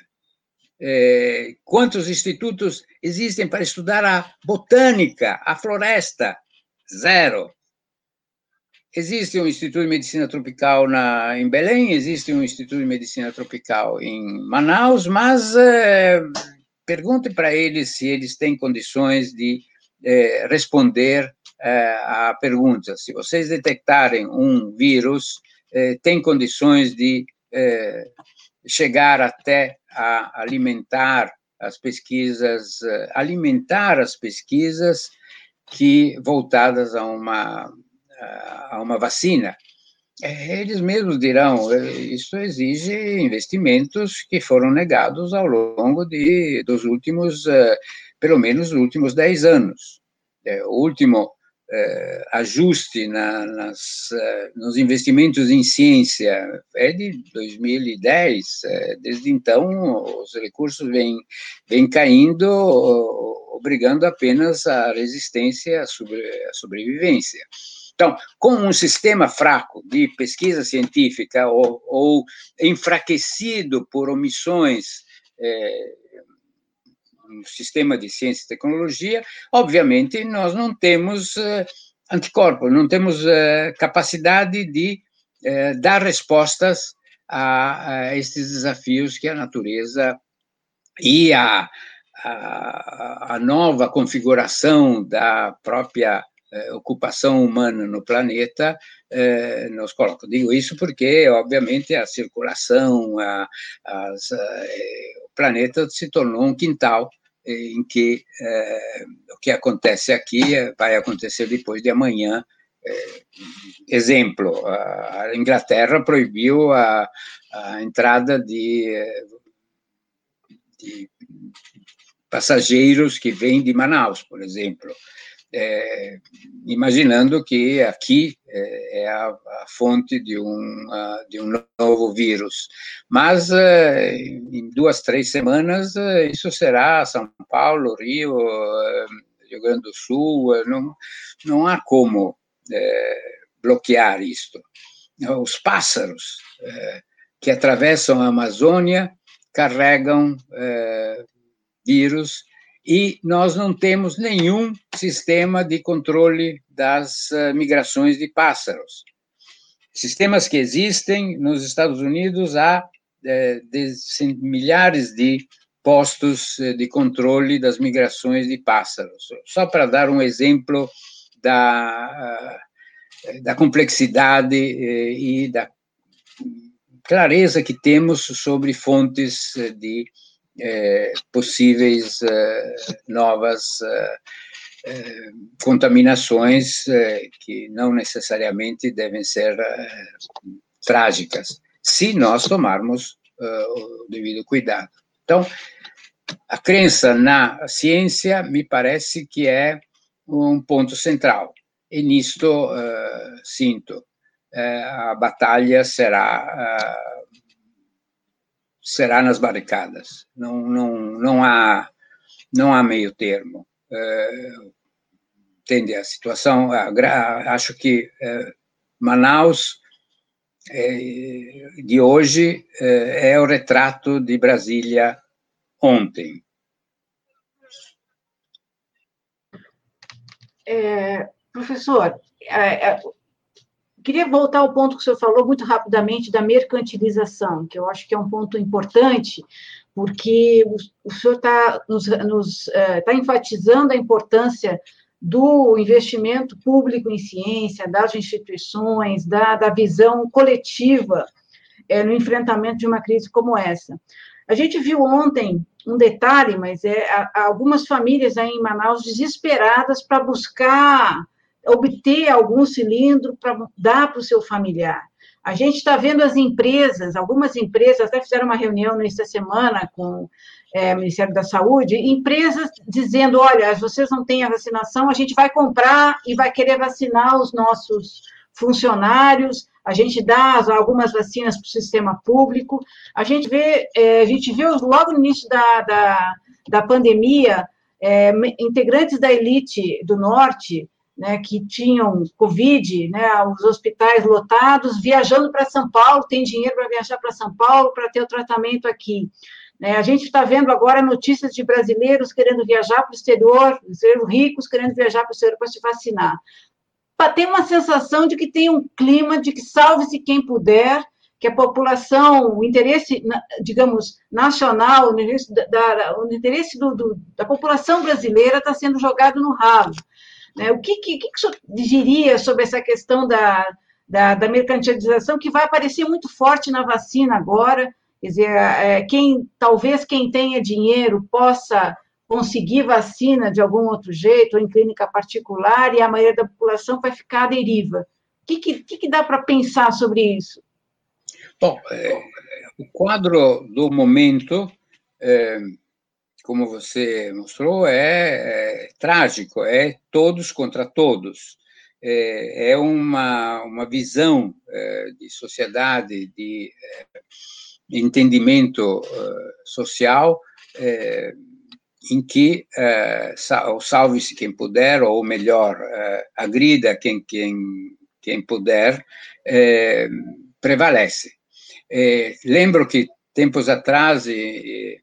É, quantos institutos existem para estudar a botânica, a floresta? Zero. Existe um Instituto de Medicina Tropical na, em Belém, existe um Instituto de Medicina Tropical em Manaus, mas é, pergunte para eles se eles têm condições de é, responder é, à pergunta. Se vocês detectarem um vírus, é, tem condições de é, chegar até a alimentar as pesquisas, alimentar as pesquisas que voltadas a uma, a uma vacina. Eles mesmos dirão, isso exige investimentos que foram negados ao longo de, dos últimos, pelo menos, os últimos dez anos. O último Uh, ajuste na, nas, uh, nos investimentos em ciência é de dois mil e dez. Uh, desde então, os recursos vêm, vêm caindo, uh, obrigando apenas a resistência, a, sobre, a sobrevivência. Então, com um sistema fraco de pesquisa científica ou, ou enfraquecido por omissões, uh, um sistema de ciência e tecnologia, obviamente nós não temos uh, anticorpos, não temos uh, capacidade de uh, dar respostas a, a esses desafios que a natureza e a, a, a nova configuração da própria eh, ocupação humana no planeta eh, nos colocam. Digo isso porque, obviamente, a circulação, a, as, a, o planeta se tornou um quintal em que eh, o que acontece aqui vai acontecer depois de amanhã. Eh, exemplo, a Inglaterra proibiu a, a entrada de, de passageiros que vêm de Manaus, por exemplo, eh, imaginando que aqui eh, é a, a fonte de um, uh, de um novo vírus. Mas, uh, em duas, três semanas, uh, isso será São Paulo, Rio, uh, Rio Grande do Sul, uh, não, não há como uh, bloquear isto. Os pássaros uh, que atravessam a Amazônia carregam uh, vírus, e nós não temos nenhum sistema de controle das uh, migrações de pássaros. Sistemas que existem nos Estados Unidos, há eh, de, milhares de postos de controle das migrações de pássaros. Só para dar um exemplo da, uh, da complexidade eh, e da clareza que temos sobre fontes de eh, possíveis eh, novas eh, eh, contaminações eh, que não necessariamente devem ser eh, trágicas, se nós tomarmos eh, o devido cuidado. Então, a crença na ciência me parece que é um ponto central, e nisto eh, sinto, eh, a batalha será... Eh, será nas barricadas, não, não, não, há, não há meio termo. É, entende a situação? Acho que é, Manaus é, de hoje é, é o retrato de Brasília ontem. É, professor, é, é, queria voltar ao ponto que o senhor falou muito rapidamente da mercantilização, que eu acho que é um ponto importante, porque o, o senhor está nos, nos, uh, tá enfatizando a importância do investimento público em ciência, das instituições, da, da visão coletiva é, no enfrentamento de uma crise como essa. A gente viu ontem um detalhe, mas é a, a algumas famílias aí em Manaus desesperadas para buscar obter algum cilindro para dar para o seu familiar. A gente está vendo as empresas, algumas empresas até fizeram uma reunião nesta semana com é, o Ministério da Saúde, empresas dizendo, olha, vocês não têm a vacinação, a gente vai comprar e vai querer vacinar os nossos funcionários, a gente dá algumas vacinas para o sistema público, a gente vê, é, a gente viu logo no início da, da, da pandemia, é, integrantes da elite do Norte, né, que tinham Covid, né, os hospitais lotados, viajando para São Paulo, tem dinheiro para viajar para São Paulo, para ter o tratamento aqui. Né, a gente está vendo agora notícias de brasileiros querendo viajar para o exterior, ricos querendo viajar para o exterior para se vacinar. Para ter uma sensação de que tem um clima de que salve-se quem puder, que a população, o interesse, digamos, nacional, o interesse da, o interesse do, do, da população brasileira está sendo jogado no ralo. O que, que, que o senhor diria sobre essa questão da, da, da mercantilização, que vai aparecer muito forte na vacina agora? Quer dizer, é, quem, talvez quem tenha dinheiro possa conseguir vacina de algum outro jeito, ou em clínica particular, e a maioria da população vai ficar à deriva. O que, que, que dá para pensar sobre isso? Bom, é, o quadro do momento... É... como você mostrou, é, é trágico, é todos contra todos. É, é uma, uma visão é, de sociedade, de é, entendimento é, social, é, em que é, salve-se quem puder, ou melhor, é, agrida quem, quem, quem puder, é, prevalece. É, lembro que, tempos atrás, e,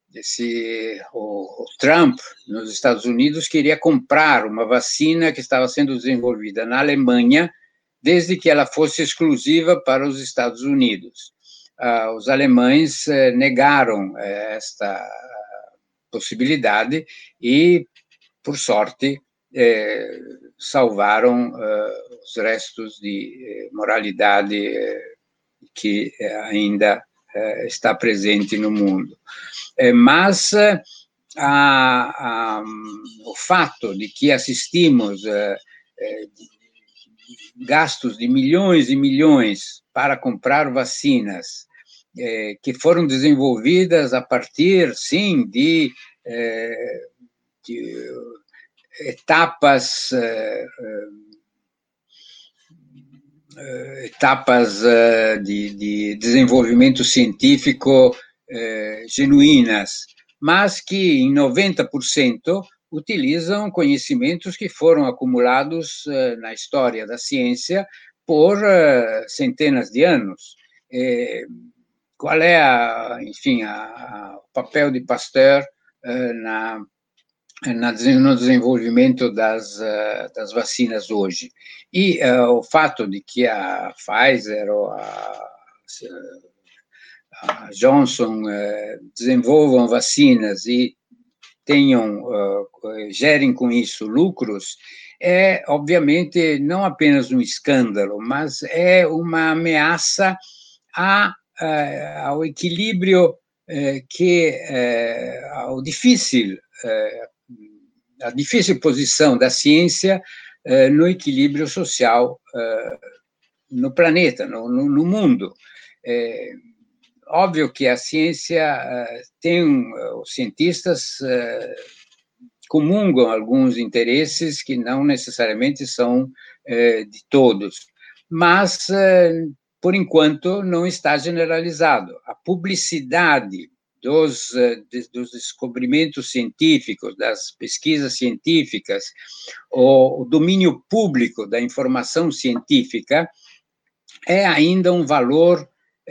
Esse, o, o Trump, nos Estados Unidos, queria comprar uma vacina que estava sendo desenvolvida na Alemanha, desde que ela fosse exclusiva para os Estados Unidos. ah, os alemães eh, negaram eh, esta possibilidade e, por sorte, eh, salvaram eh, os restos de eh, moralidade eh, que ainda eh, está presente no mundo. Eh, mas eh, a, a, o fato de que assistimos eh, eh, gastos de milhões e milhões para comprar vacinas eh, que foram desenvolvidas a partir, sim, de, eh, de etapas eh, eh, etapas eh, de, de desenvolvimento científico eh, genuínas, mas que em noventa por cento utilizam conhecimentos que foram acumulados eh, na história da ciência por eh, centenas de anos. Eh, qual é, a, enfim, a, a, o papel de Pasteur eh, na, na, no desenvolvimento das, uh, das vacinas hoje? E uh, o fato de que a Pfizer ou a, a Johnson uh, desenvolvam vacinas e tenham, uh, gerem com isso lucros, é, obviamente, não apenas um escândalo, mas é uma ameaça a, uh, ao equilíbrio uh, que, uh, ao difícil, uh, a difícil posição da ciência uh, no equilíbrio social uh, no planeta, no, no, no mundo. É, óbvio que a ciência uh, tem, uh, os cientistas uh, comungam alguns interesses que não necessariamente são uh, de todos, mas, uh, por enquanto, não está generalizado. A publicidade dos, uh, de, dos descobrimentos científicos, das pesquisas científicas, o, o domínio público da informação científica é ainda um valor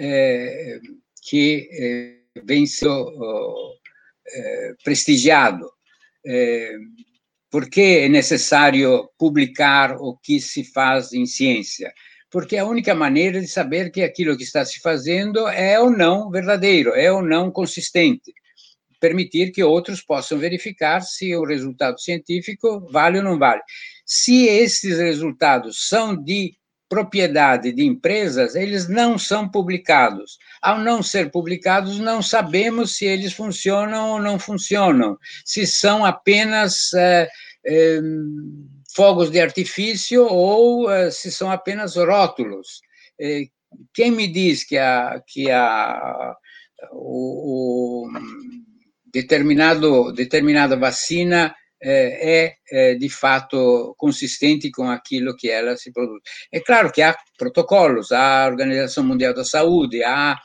é, que é, vem sendo é, prestigiado. É, por que é necessário publicar o que se faz em ciência? Porque é a única maneira de saber que aquilo que está se fazendo é ou não verdadeiro, é ou não consistente. Permitir que outros possam verificar se o resultado científico vale ou não vale. Se esses resultados são de propriedade de empresas, eles não são publicados. Ao não ser publicados, não sabemos se eles funcionam ou não funcionam, se são apenas é, é, fogos de artifício ou é, se são apenas rótulos. É, quem me diz que a, que a, o, o determinado, determinada vacina é, é, de fato, consistente com aquilo que ela se produz? É claro que há protocolos, há a Organização Mundial da Saúde, há,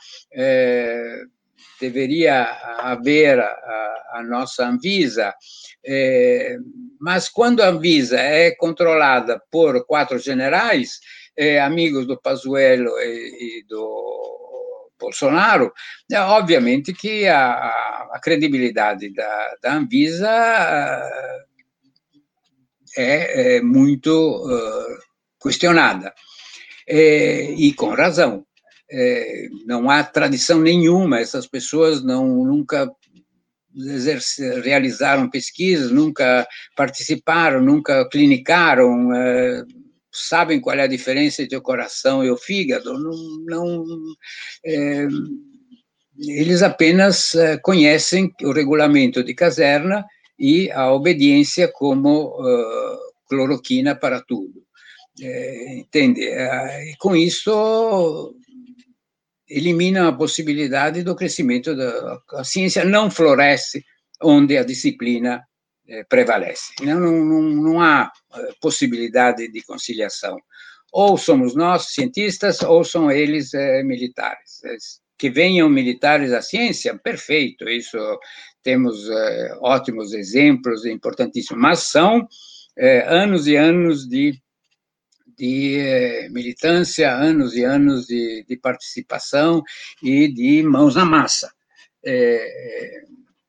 é, deveria haver a, a nossa Anvisa, é, mas quando a Anvisa é controlada por quatro generais, é, amigos do Pazuello e, e do Bolsonaro, é, obviamente que a, a credibilidade da, da Anvisa é, é muito uh, questionada, é, e com razão. É, não há tradição nenhuma, essas pessoas não, nunca exerce, realizaram pesquisas, nunca participaram, nunca clinicaram, é, sabem qual é a diferença entre o coração e o fígado, não, não é, eles apenas é, conhecem o regulamento de caserna e a obediência como uh, cloroquina para tudo. É, entende? É, e com isso elimina a possibilidade do crescimento da a ciência não floresce onde a disciplina eh, prevalece. Não, não, não há possibilidade de conciliação. Ou somos nós, cientistas, ou são eles eh, militares. Que venham militares à ciência, perfeito, isso temos eh, ótimos exemplos, importantíssimos, mas são eh, anos e anos de de eh, militância, anos e anos de, de participação e de mãos na massa. É,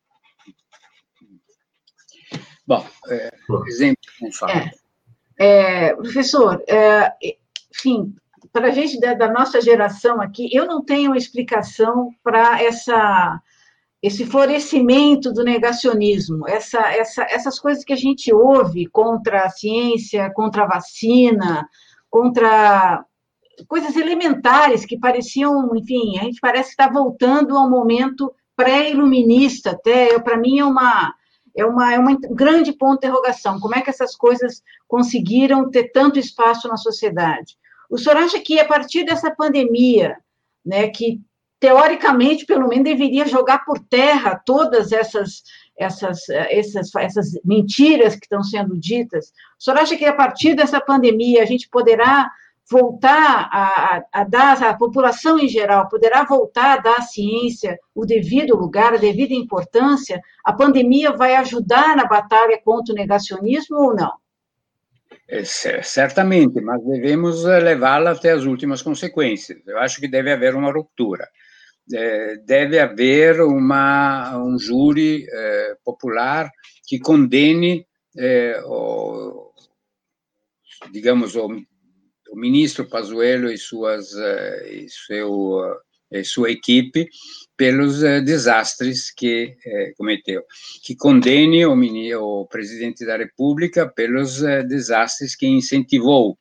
bom, é, exemplo, não falo. É, é, professor, é, enfim, para a gente da, da nossa geração aqui, eu não tenho uma explicação para essa esse florescimento do negacionismo, essa, essa, essas coisas que a gente ouve contra a ciência, contra a vacina, contra coisas elementares que pareciam, enfim, a gente parece que está voltando ao momento pré-iluminista, até, para mim é uma, é uma, é uma grande ponto de interrogação, como é que essas coisas conseguiram ter tanto espaço na sociedade? O senhor acha que a partir dessa pandemia, né, que teoricamente, pelo menos, deveria jogar por terra todas essas, essas, essas, essas mentiras que estão sendo ditas, o senhor acha que a partir dessa pandemia a gente poderá voltar a, a dar, a população em geral poderá voltar a dar à ciência o devido lugar, a devida importância? A pandemia vai ajudar na batalha contra o negacionismo ou não? É, certamente, mas devemos levá-la até as últimas consequências. Eu acho que deve haver uma ruptura. É, deve haver uma, um júri é, popular que condene, é, o, digamos, o o ministro Pazuello e, suas, e, seu, e sua equipe pelos desastres que eh, cometeu, que condene o, o presidente da República pelos desastres que incentivou,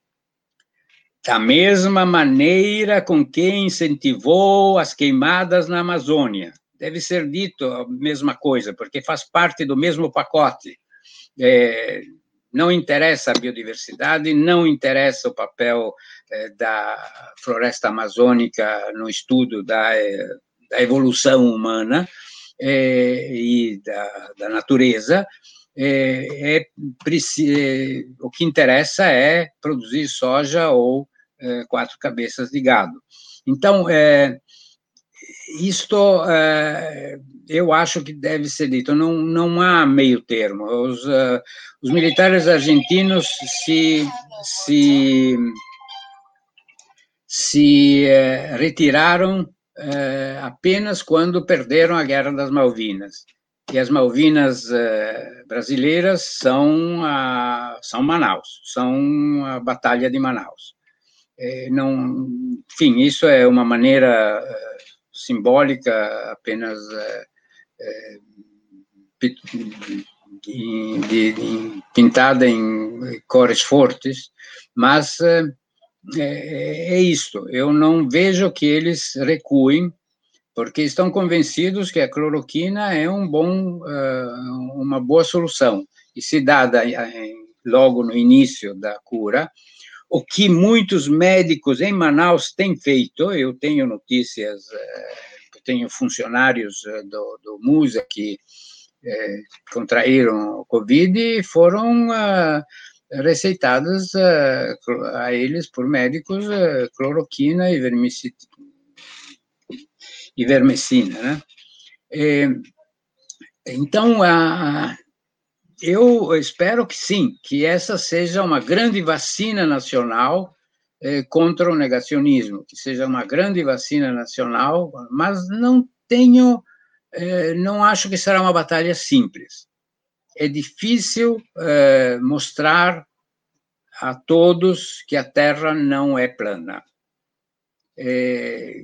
da mesma maneira com que incentivou as queimadas na Amazônia. Deve ser dito a mesma coisa, porque faz parte do mesmo pacote. É, não interessa a biodiversidade, não interessa o papel eh, da floresta amazônica no estudo da, eh, da evolução humana eh, e da, da natureza. É, é, é, o que interessa é produzir soja ou eh, quatro cabeças de gado. Então, é, isto é, eu acho que deve ser dito, não, não há meio termo. Os, uh, os militares argentinos se, se, se uh, retiraram uh, apenas quando perderam a Guerra das Malvinas. E as Malvinas uh, brasileiras são, a, são Manaus, são a Batalha de Manaus. É, não, enfim, isso é uma maneira uh, simbólica, apenas é, é, de, de, de, pintada em cores fortes, mas é, é isto. Eu não vejo que eles recuem, porque estão convencidos que a cloroquina é um bom, uma boa solução, e se dada logo no início da cura, o que muitos médicos em Manaus têm feito. Eu tenho notícias, eu tenho funcionários do, do MUSA que eh, contraíram o Covid e foram uh, receitadas uh, a eles por médicos uh, cloroquina e, e vermecina, né? E, então, a eu espero que sim, que essa seja uma grande vacina nacional eh, contra o negacionismo, que seja uma grande vacina nacional, mas não tenho, eh, não acho que será uma batalha simples. É difícil eh, mostrar a todos que a Terra não é plana. É,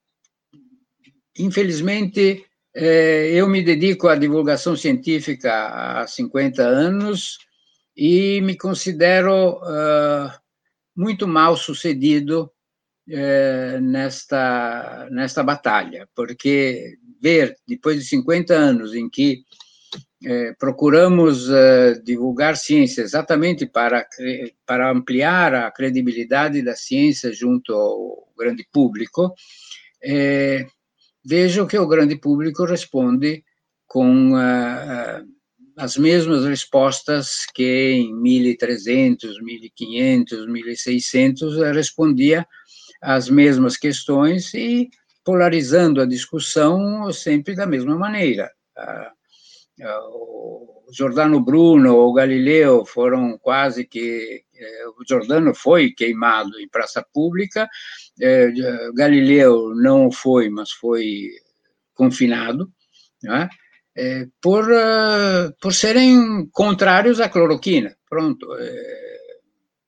infelizmente, eu me dedico à divulgação científica há cinquenta anos e me considero uh, muito mal sucedido uh, nesta, nesta batalha, porque ver, depois de cinquenta anos em que uh, procuramos uh, divulgar ciência exatamente para, para ampliar a credibilidade da ciência junto ao grande público, uh, vejo que o grande público responde com uh, as mesmas respostas que em mil e trezentos, mil e quinhentos, mil e seiscentos respondia às mesmas questões e polarizando a discussão sempre da mesma maneira. Uh, uh, o Giordano Bruno ou o Galileu foram quase que... Uh, o Giordano foi queimado em praça pública, uh, Galileu não foi, mas foi confinado, né? É, por, uh, por serem contrários à cloroquina. Pronto. É,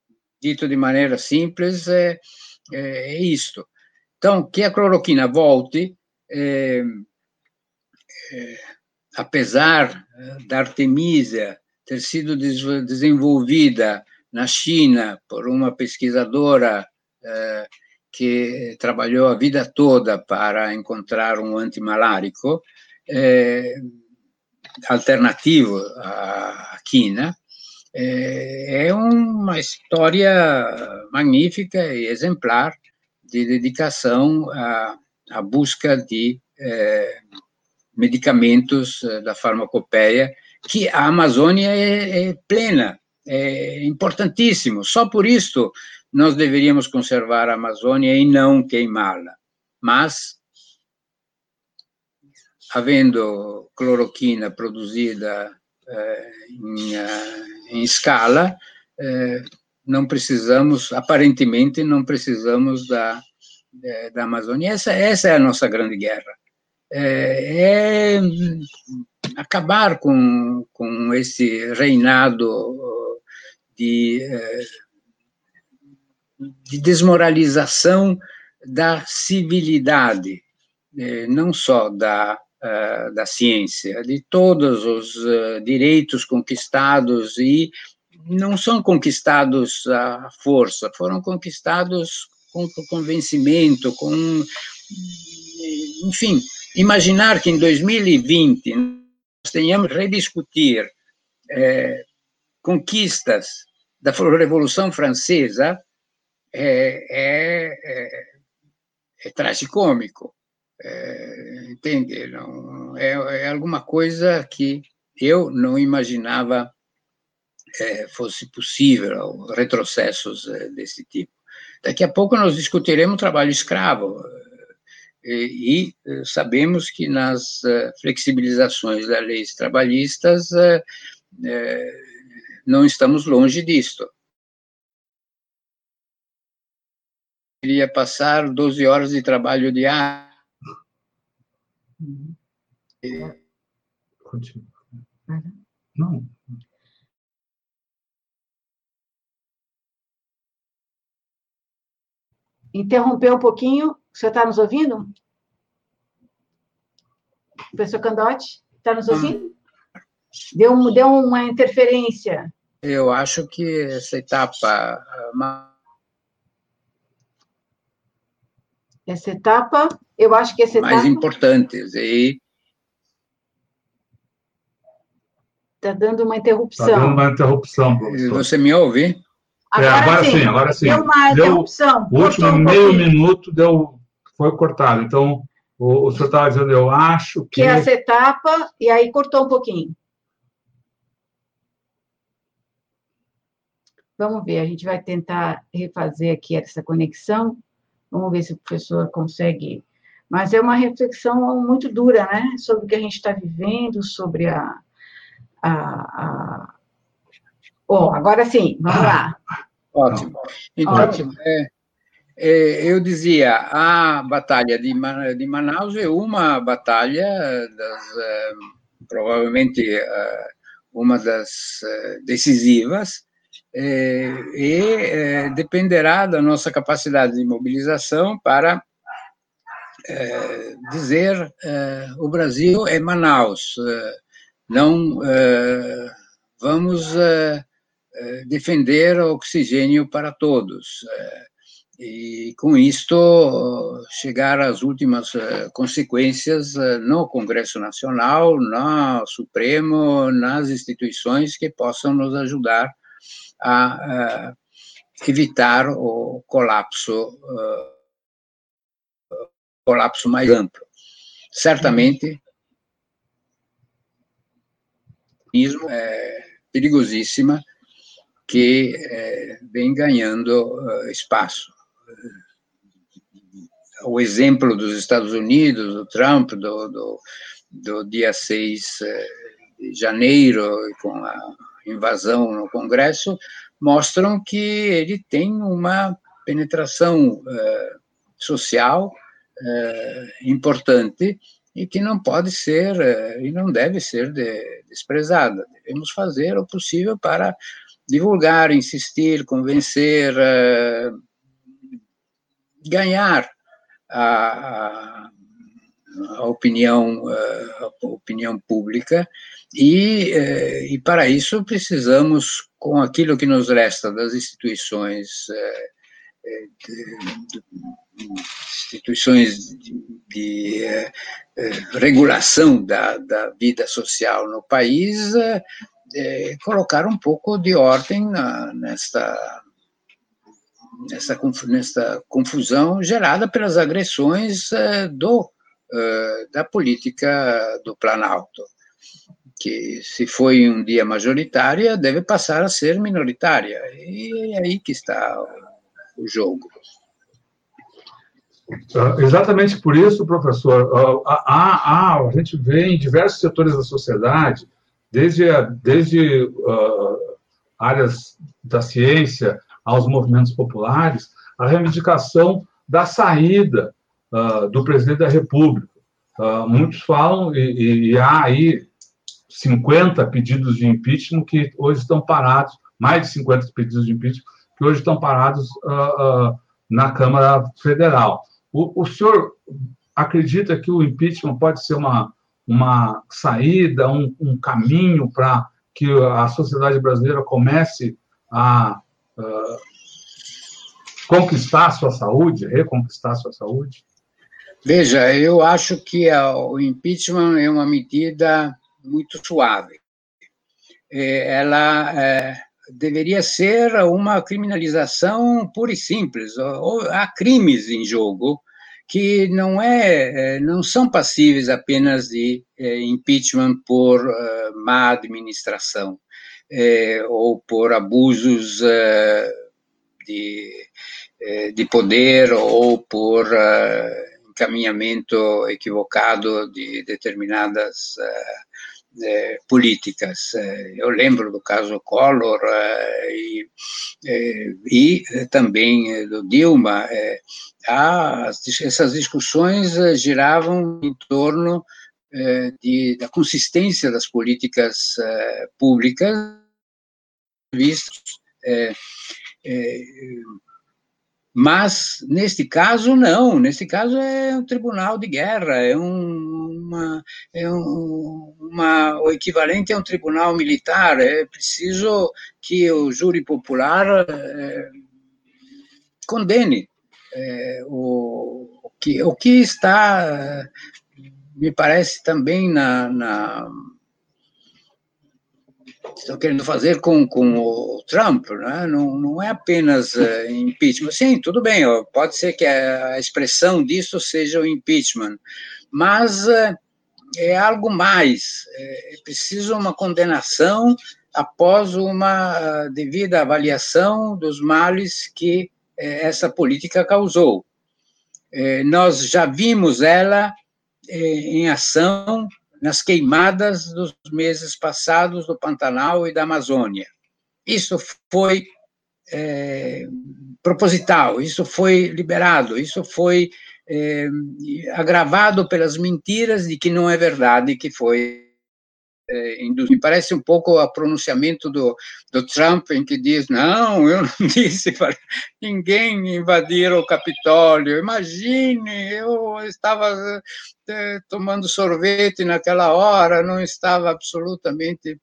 dito de maneira simples, é, é, é isto. Então, que a cloroquina volte, é, é, apesar da Artemisia ter sido desenvolvida na China por uma pesquisadora é, que trabalhou a vida toda para encontrar um antimalárico é, alternativo à quina, é uma história magnífica e exemplar de dedicação à, à busca de é, medicamentos da farmacopeia, que a Amazônia é, é plena, é importantíssimo. Só por isso nós deveríamos conservar a Amazônia e não queimá-la. Mas, havendo cloroquina produzida eh, em, em escala, eh, não precisamos, aparentemente, não precisamos da, da Amazônia. Essa, essa é a nossa grande guerra. É, é acabar com, com esse reinado de, de desmoralização da civilidade, não só da, da ciência, de todos os direitos conquistados, e não são conquistados à força, foram conquistados com convencimento, com, enfim, imaginar que em dois mil e vinte nós tenhamos que rediscutir é, conquistas da Revolução Francesa é, é, é, é tragicômico, é, entende? Não, é, é alguma coisa que eu não imaginava é, fosse possível, retrocessos é, desse tipo. Daqui a pouco nós discutiremos trabalho escravo, e, e sabemos que nas flexibilizações das leis trabalhistas é, não estamos longe disto. Queria passar doze horas de trabalho diário. Continua. Não. Interrompeu um pouquinho. O senhor está nos ouvindo? Professor Candotti, está nos ouvindo? Deu, deu uma interferência. Eu acho que essa etapa... Essa etapa, eu acho que essa etapa... mais importantes. E... Está dando uma interrupção. Está dando uma interrupção, professor. Você me ouve? Agora, é, agora sim, sim, agora sim. Deu uma deu, interrupção. O último um meio minuto deu, foi cortado. Então, o, o senhor estava dizendo, eu acho que... Que essa etapa, e aí cortou um pouquinho. Vamos ver, a gente vai tentar refazer aqui essa conexão. Vamos ver se o professor consegue. Mas é uma reflexão muito dura, né? Sobre o que a gente está vivendo, sobre a... a, a... Oh, agora sim, vamos lá. Ótimo. Então, Ótimo. É, é, eu dizia, a batalha de, de Manaus é uma batalha, das, é, provavelmente é, uma das é, decisivas, é, e é, dependerá da nossa capacidade de mobilização para é, dizer é, o Brasil é Manaus, é, não é, vamos é, defender o oxigênio para todos, e com isto chegar às últimas consequências no Congresso Nacional, no Supremo, nas instituições que possam nos ajudar a evitar o colapso, colapso mais amplo. Certamente, o é perigosíssima, que é, vem ganhando uh, espaço. O exemplo dos Estados Unidos, do Trump, do, do, do dia seis de janeiro, com a invasão no Congresso, mostram que ele tem uma penetração uh, social uh, importante e que não pode ser, uh, e não deve ser de, desprezada. Devemos fazer o possível para divulgar, insistir, convencer, uh, ganhar a, a, a, opinião, a opinião pública, e, e para isso precisamos, com aquilo que nos resta das instituições, de, de, instituições de, de regulação da, da vida social no país, é, colocar um pouco de ordem na, nesta, nesta, nesta confusão gerada pelas agressões uh, do, uh, da política do Planalto, que, se foi um dia majoritária, deve passar a ser minoritária, e é aí que está o, o jogo. Uh, exatamente por isso, professor, uh, a, a, a, a gente vê em diversos setores da sociedade, desde, desde uh, áreas da ciência aos movimentos populares, a reivindicação da saída uh, do presidente da República. Uh, muitos falam, e, e há aí cinquenta pedidos de impeachment que hoje estão parados, mais de cinquenta pedidos de impeachment que hoje estão parados uh, uh, na Câmara Federal. O, o senhor acredita que o impeachment pode ser uma uma saída, um, um caminho para que a sociedade brasileira comece a uh, conquistar a sua saúde, reconquistar a sua saúde? Veja, eu acho que a, o impeachment é uma medida muito suave. É, ela é, deveria ser uma criminalização pura e simples. Ou, há crimes em jogo que não, é, não são passíveis apenas de é, impeachment por uh, má administração, é, ou por abusos uh, de, de poder, ou por uh, encaminhamento equivocado de determinadas uh, uh, políticas. Eu lembro do caso Collor uh, e, uh, e também do Dilma. Uh, Ah, essas discussões giravam em torno eh, de, da consistência das políticas eh, públicas vistas, eh, eh, mas, neste caso, não. Neste caso, é um tribunal de guerra, é, um, uma, é um, uma, o equivalente a um tribunal militar. É preciso que o júri popular eh, condene É, o, o, que, o que está, me parece, também na, na estão querendo fazer com, com o Trump, né? não, não é apenas uh, impeachment. Sim, tudo bem, ó, pode ser que a, a expressão disso seja o impeachment, mas uh, é algo mais, é, é preciso uma condenação após uma devida avaliação dos males que essa política causou. Nós já vimos ela em ação nas queimadas dos meses passados do Pantanal e da Amazônia. Isso foi é, proposital, isso foi liberado, isso foi é, agravado pelas mentiras de que não é verdade, que foi me parece um pouco o pronunciamento do, do Trump, em que diz, não, eu não disse para ninguém invadir o Capitólio, imagine, eu estava é, tomando sorvete naquela hora, não estava absolutamente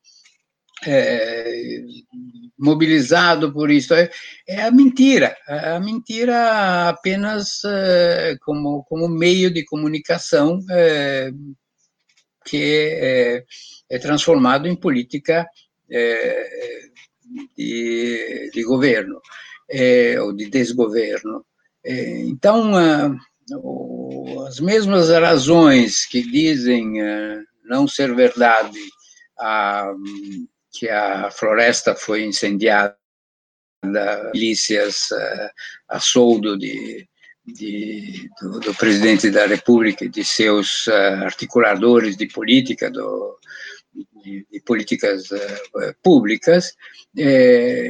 é, mobilizado por isso. É, é a mentira, a mentira apenas é, como, como meio de comunicação é, que é, é transformado em política é, de, de governo, é, ou de desgoverno. É, então, a, o, as mesmas razões que dizem a, não ser verdade a, que a floresta foi incendiada, milícias a, a soldo de De, do, do presidente da República e de seus uh, articuladores de política, do, de, de políticas uh, públicas, é,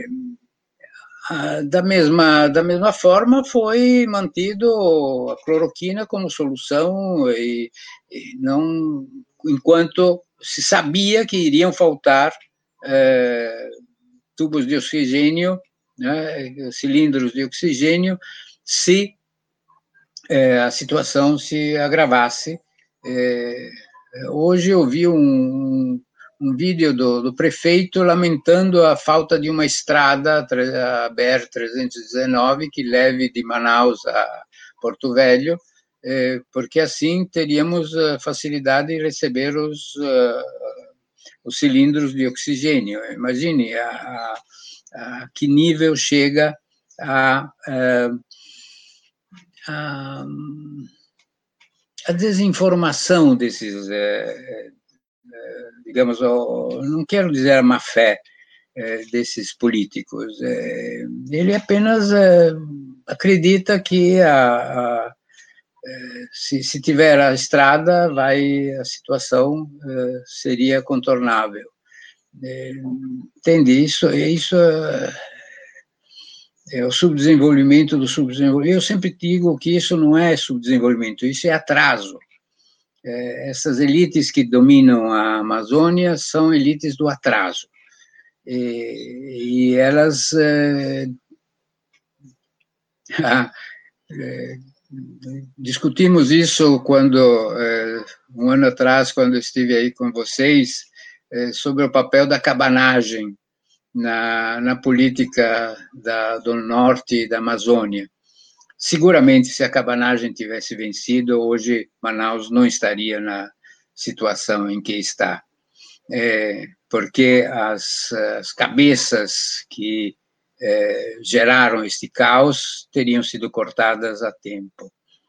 uh, da, mesma, da mesma forma foi mantido a cloroquina como solução, e, e não, enquanto se sabia que iriam faltar uh, tubos de oxigênio, né, cilindros de oxigênio, se é, a situação se agravasse. É, hoje eu vi um, um vídeo do, do prefeito lamentando a falta de uma estrada, a B R trezentos e dezenove, que leve de Manaus a Porto Velho, é, porque assim teríamos a facilidade de receber os, uh, os cilindros de oxigênio. Imagine a, a, a que nível chega a... a A, a desinformação desses, é, é, digamos, não quero dizer a má-fé é, desses políticos. É, ele apenas é, acredita que a, a, se, se tiver a estrada, vai, a situação é, seria contornável. É, entende? Isso, isso é o subdesenvolvimento do subdesenvolvimento. Eu sempre digo que isso não é subdesenvolvimento, isso é atraso. É, essas elites que dominam a Amazônia são elites do atraso. E, e elas... É, é, discutimos isso quando, é, um ano atrás, quando eu estive aí com vocês, é, sobre o papel da cabanagem Na, na política da, do norte da Amazônia. Seguramente, se a cabanagem tivesse vencido, hoje Manaus não estaria na situação em que está, é, porque as, as cabeças que é, geraram este caos teriam sido cortadas a tempo.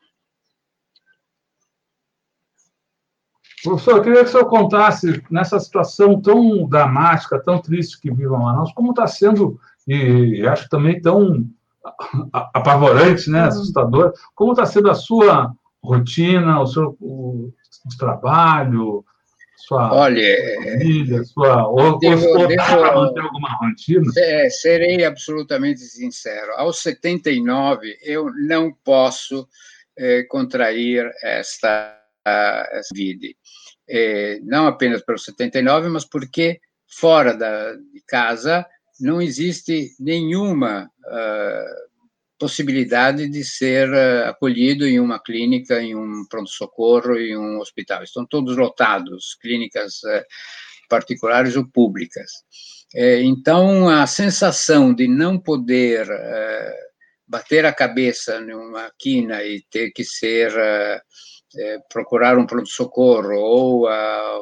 Professor, eu queria que o senhor contasse, nessa situação tão dramática, tão triste que vive Manaus, como está sendo, e acho também tão apavorante, né, assustador, como está sendo a sua rotina, o seu o, o trabalho, sua, Olha, sua família, sua, ou, devo, ou devo, dá para manter alguma rotina? É, serei absolutamente sincero. Aos setenta e nove, eu não posso é, contrair esta, esta vida. É, não apenas pelos setenta e nove, mas porque fora da, de casa não existe nenhuma uh, possibilidade de ser uh, acolhido em uma clínica, em um pronto-socorro, em um hospital. Estão todos lotados, clínicas uh, particulares ou públicas. É, então, a sensação de não poder uh, bater a cabeça numa quina e ter que ser... Uh, É, procurar um pronto-socorro ou a,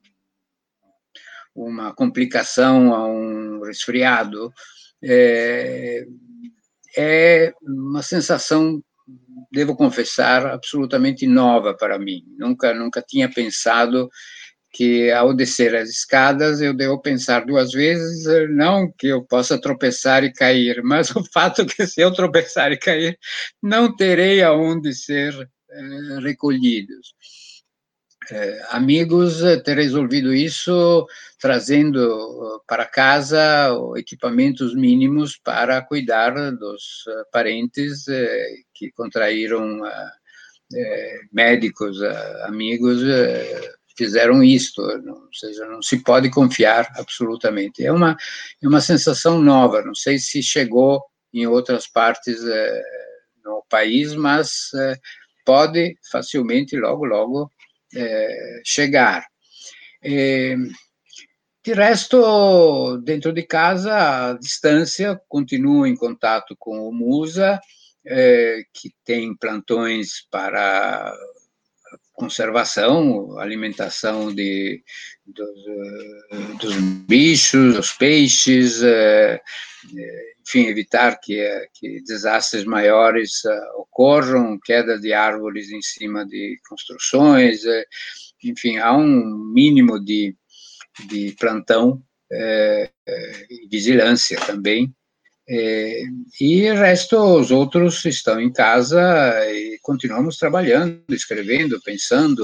uma complicação a um resfriado, é, é uma sensação, devo confessar, absolutamente nova para mim. Nunca, nunca tinha pensado que, ao descer as escadas, eu devo pensar duas vezes, não que eu possa tropeçar e cair, mas o fato que, se eu tropeçar e cair, não terei aonde ser eh, recolhidos. Eh, amigos, ter resolvido isso trazendo para casa equipamentos mínimos para cuidar dos parentes eh, que contraíram, eh, médicos, amigos, eh, fizeram isto, ou seja, não se pode confiar absolutamente. É uma, é uma sensação nova, não sei se chegou em outras partes eh, no país, mas eh, pode facilmente, logo, logo, eh, chegar. E, de resto, dentro de casa, à distância, continuo em contato com o MUSA, eh, que tem plantões para conservação, alimentação de, dos, dos bichos, dos peixes, enfim, evitar que, que desastres maiores ocorram, queda de árvores em cima de construções, enfim, há um mínimo de, de plantão e vigilância também. É, e o resto, os outros estão em casa e continuamos trabalhando, escrevendo, pensando.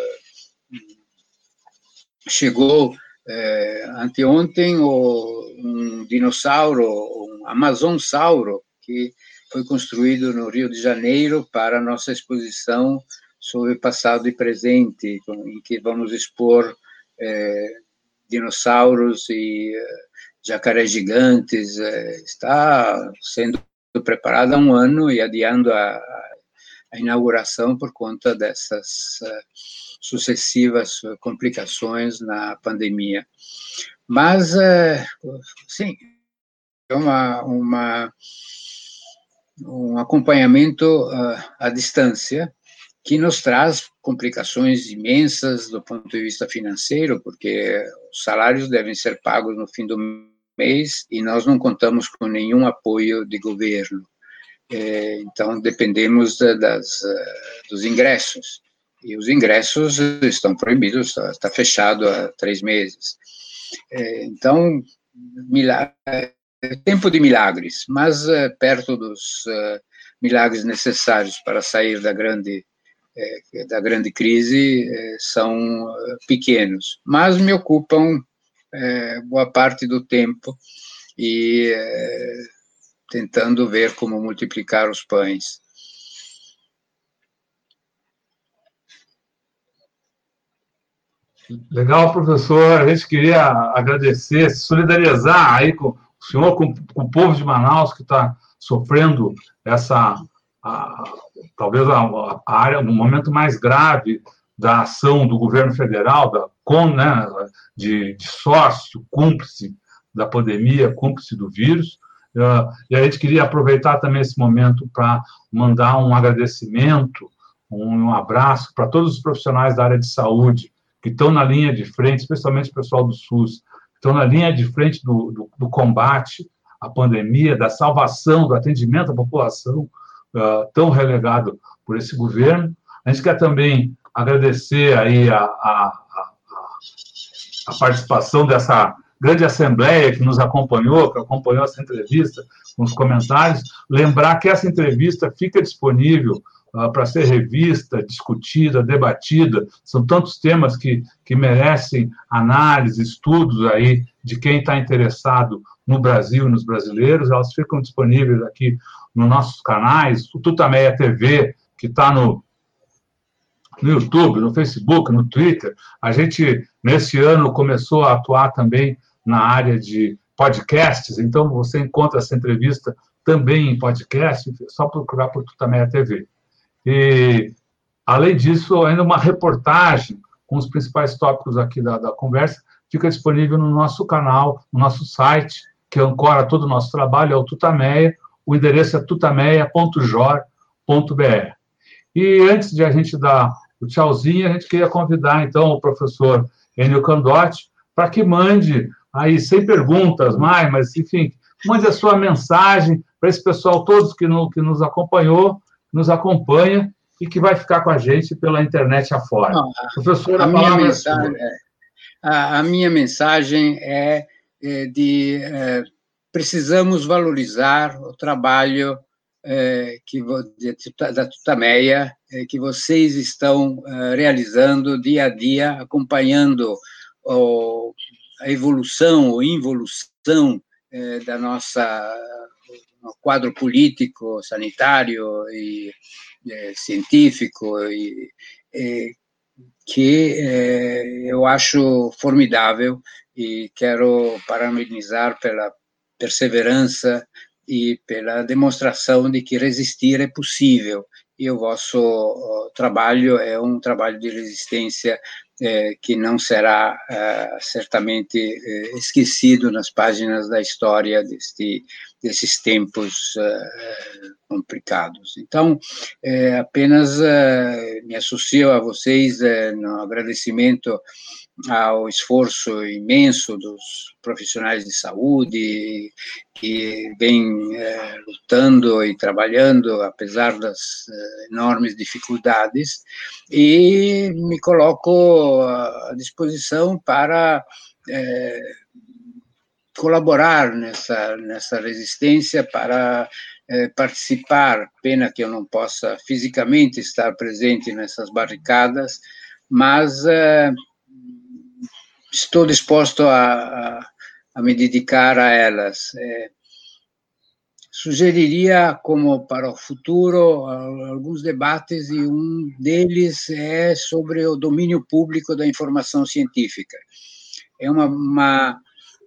Chegou é, anteontem o, um dinossauro, um amazonsauro, que foi construído no Rio de Janeiro para a nossa exposição sobre passado e presente, em que vamos expor é, dinossauros e jacarés gigantes, está sendo preparada há um ano e adiando a, a inauguração por conta dessas sucessivas complicações na pandemia. Mas, sim, é uma, uma, um acompanhamento à distância que nos traz complicações imensas do ponto de vista financeiro, porque os salários devem ser pagos no fim do mês e nós não contamos com nenhum apoio de governo. Então, dependemos das, dos ingressos. E os ingressos estão proibidos, está, está fechado há três meses. Então, milagre, tempo de milagres, mas perto dos milagres necessários para sair da grande, da grande crise são pequenos, mas me ocupam boa parte do tempo e tentando ver como multiplicar os pães. Legal, professor. A gente queria agradecer, se solidarizar aí com o senhor, com, com o povo de Manaus que está sofrendo essa, a, talvez a, a área, um momento mais grave da ação do governo federal, da com, né, de, de sócio, cúmplice da pandemia, cúmplice do vírus. Uh, e a gente queria aproveitar também esse momento para mandar um agradecimento, um, um abraço para todos os profissionais da área de saúde que estão na linha de frente, especialmente o pessoal do SUS, que estão na linha de frente do, do, do combate à pandemia, da salvação, do atendimento à população, uh, tão relegado por esse governo. A gente quer também agradecer aí a, a, a, a participação dessa grande assembleia que nos acompanhou, que acompanhou essa entrevista, com os comentários. Lembrar que essa entrevista fica disponível Uh, para ser revista, discutida, debatida. São tantos temas que, que merecem análise, estudos aí de quem está interessado no Brasil e nos brasileiros. Elas ficam disponíveis aqui nos nossos canais, o Tutameia T V, que está no, no YouTube, no Facebook, no Twitter. A gente, nesse ano, começou a atuar também na área de podcasts, então você encontra essa entrevista também em podcast, é só procurar por Tutameia T V. E, além disso, ainda uma reportagem com os principais tópicos aqui da, da conversa fica disponível no nosso canal, no nosso site, que ancora todo o nosso trabalho, é o Tutameia, o endereço é tutameia ponto jor ponto br. E antes de a gente dar o tchauzinho, a gente queria convidar, então, o professor Enio Candotti para que mande, aí, sem perguntas mais, mas, enfim, mande a sua mensagem para esse pessoal, todos que, no, que nos acompanhou, nos acompanha e que vai ficar com a gente pela internet afora. Não, Professor, a, a, minha mensagem, a, a minha mensagem é, é de é, precisamos valorizar o trabalho é, que, de, da Tutameia, é, que vocês estão é, realizando dia a dia, acompanhando o, a evolução ou involução é, da nossa no quadro político, sanitário e é, científico, e, e, que é, eu acho formidável e quero parabenizar pela perseverança e pela demonstração de que resistir é possível. E o vosso o, trabalho é um trabalho de resistência é, que não será é, certamente é, esquecido nas páginas da história deste, desses tempos é, complicados. Então, é, apenas é, me associo a vocês é, no agradecimento ao esforço imenso dos profissionais de saúde que vêm é, lutando e trabalhando apesar das é, enormes dificuldades, e me coloco à disposição para é, colaborar nessa, nessa resistência, para é, participar, pena que eu não possa fisicamente estar presente nessas barricadas, mas é, estou disposto a, a, a me dedicar a elas. É, sugeriria, como para o futuro, alguns debates, e um deles é sobre o domínio público da informação científica. É uma, uma,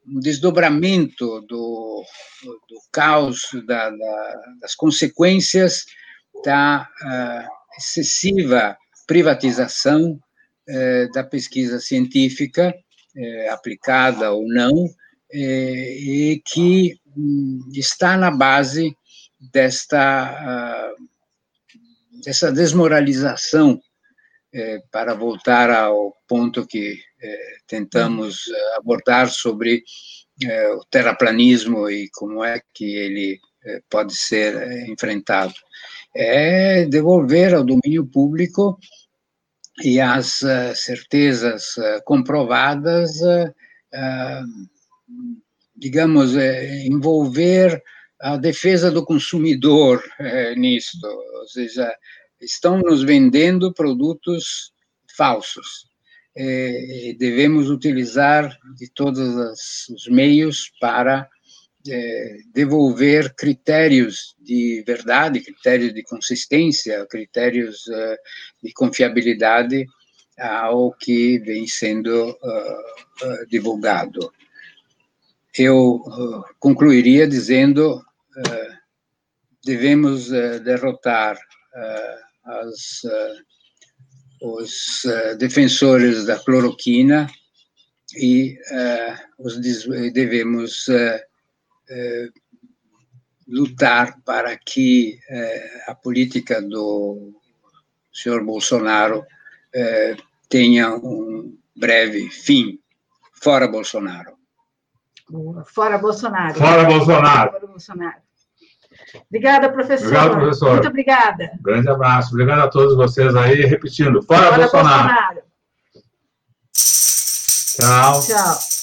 um desdobramento do, do caos, da, da, das consequências da uh, excessiva privatização uh, da pesquisa científica, uh, aplicada ou não, uh, e que um, está na base desta, uh, dessa desmoralização, uh, para voltar ao ponto que uh, tentamos abordar sobre uh, o terraplanismo e como é que ele uh, pode ser uh, enfrentado. É devolver ao domínio público e às uh, certezas uh, comprovadas, uh, uh, digamos, uh, envolver a defesa do consumidor uh, nisto, ou seja, estão nos vendendo produtos falsos. E devemos utilizar de todos os meios para É, devolver critérios de verdade, critérios de consistência, critérios uh, de confiabilidade ao que vem sendo uh, uh, divulgado. Eu uh, concluiria dizendo uh, devemos uh, derrotar uh, as, uh, os uh, defensores da cloroquina e uh, os devemos uh, Eh, lutar para que eh, a política do senhor Bolsonaro eh, tenha um breve fim. Fora Bolsonaro. Fora Bolsonaro. Fora Bolsonaro. Fora Bolsonaro. Obrigada, professor. Obrigado, professor. Muito obrigada. Um grande abraço. Obrigado a todos vocês aí. Repetindo, fora, fora Bolsonaro. Bolsonaro. Tchau. Tchau.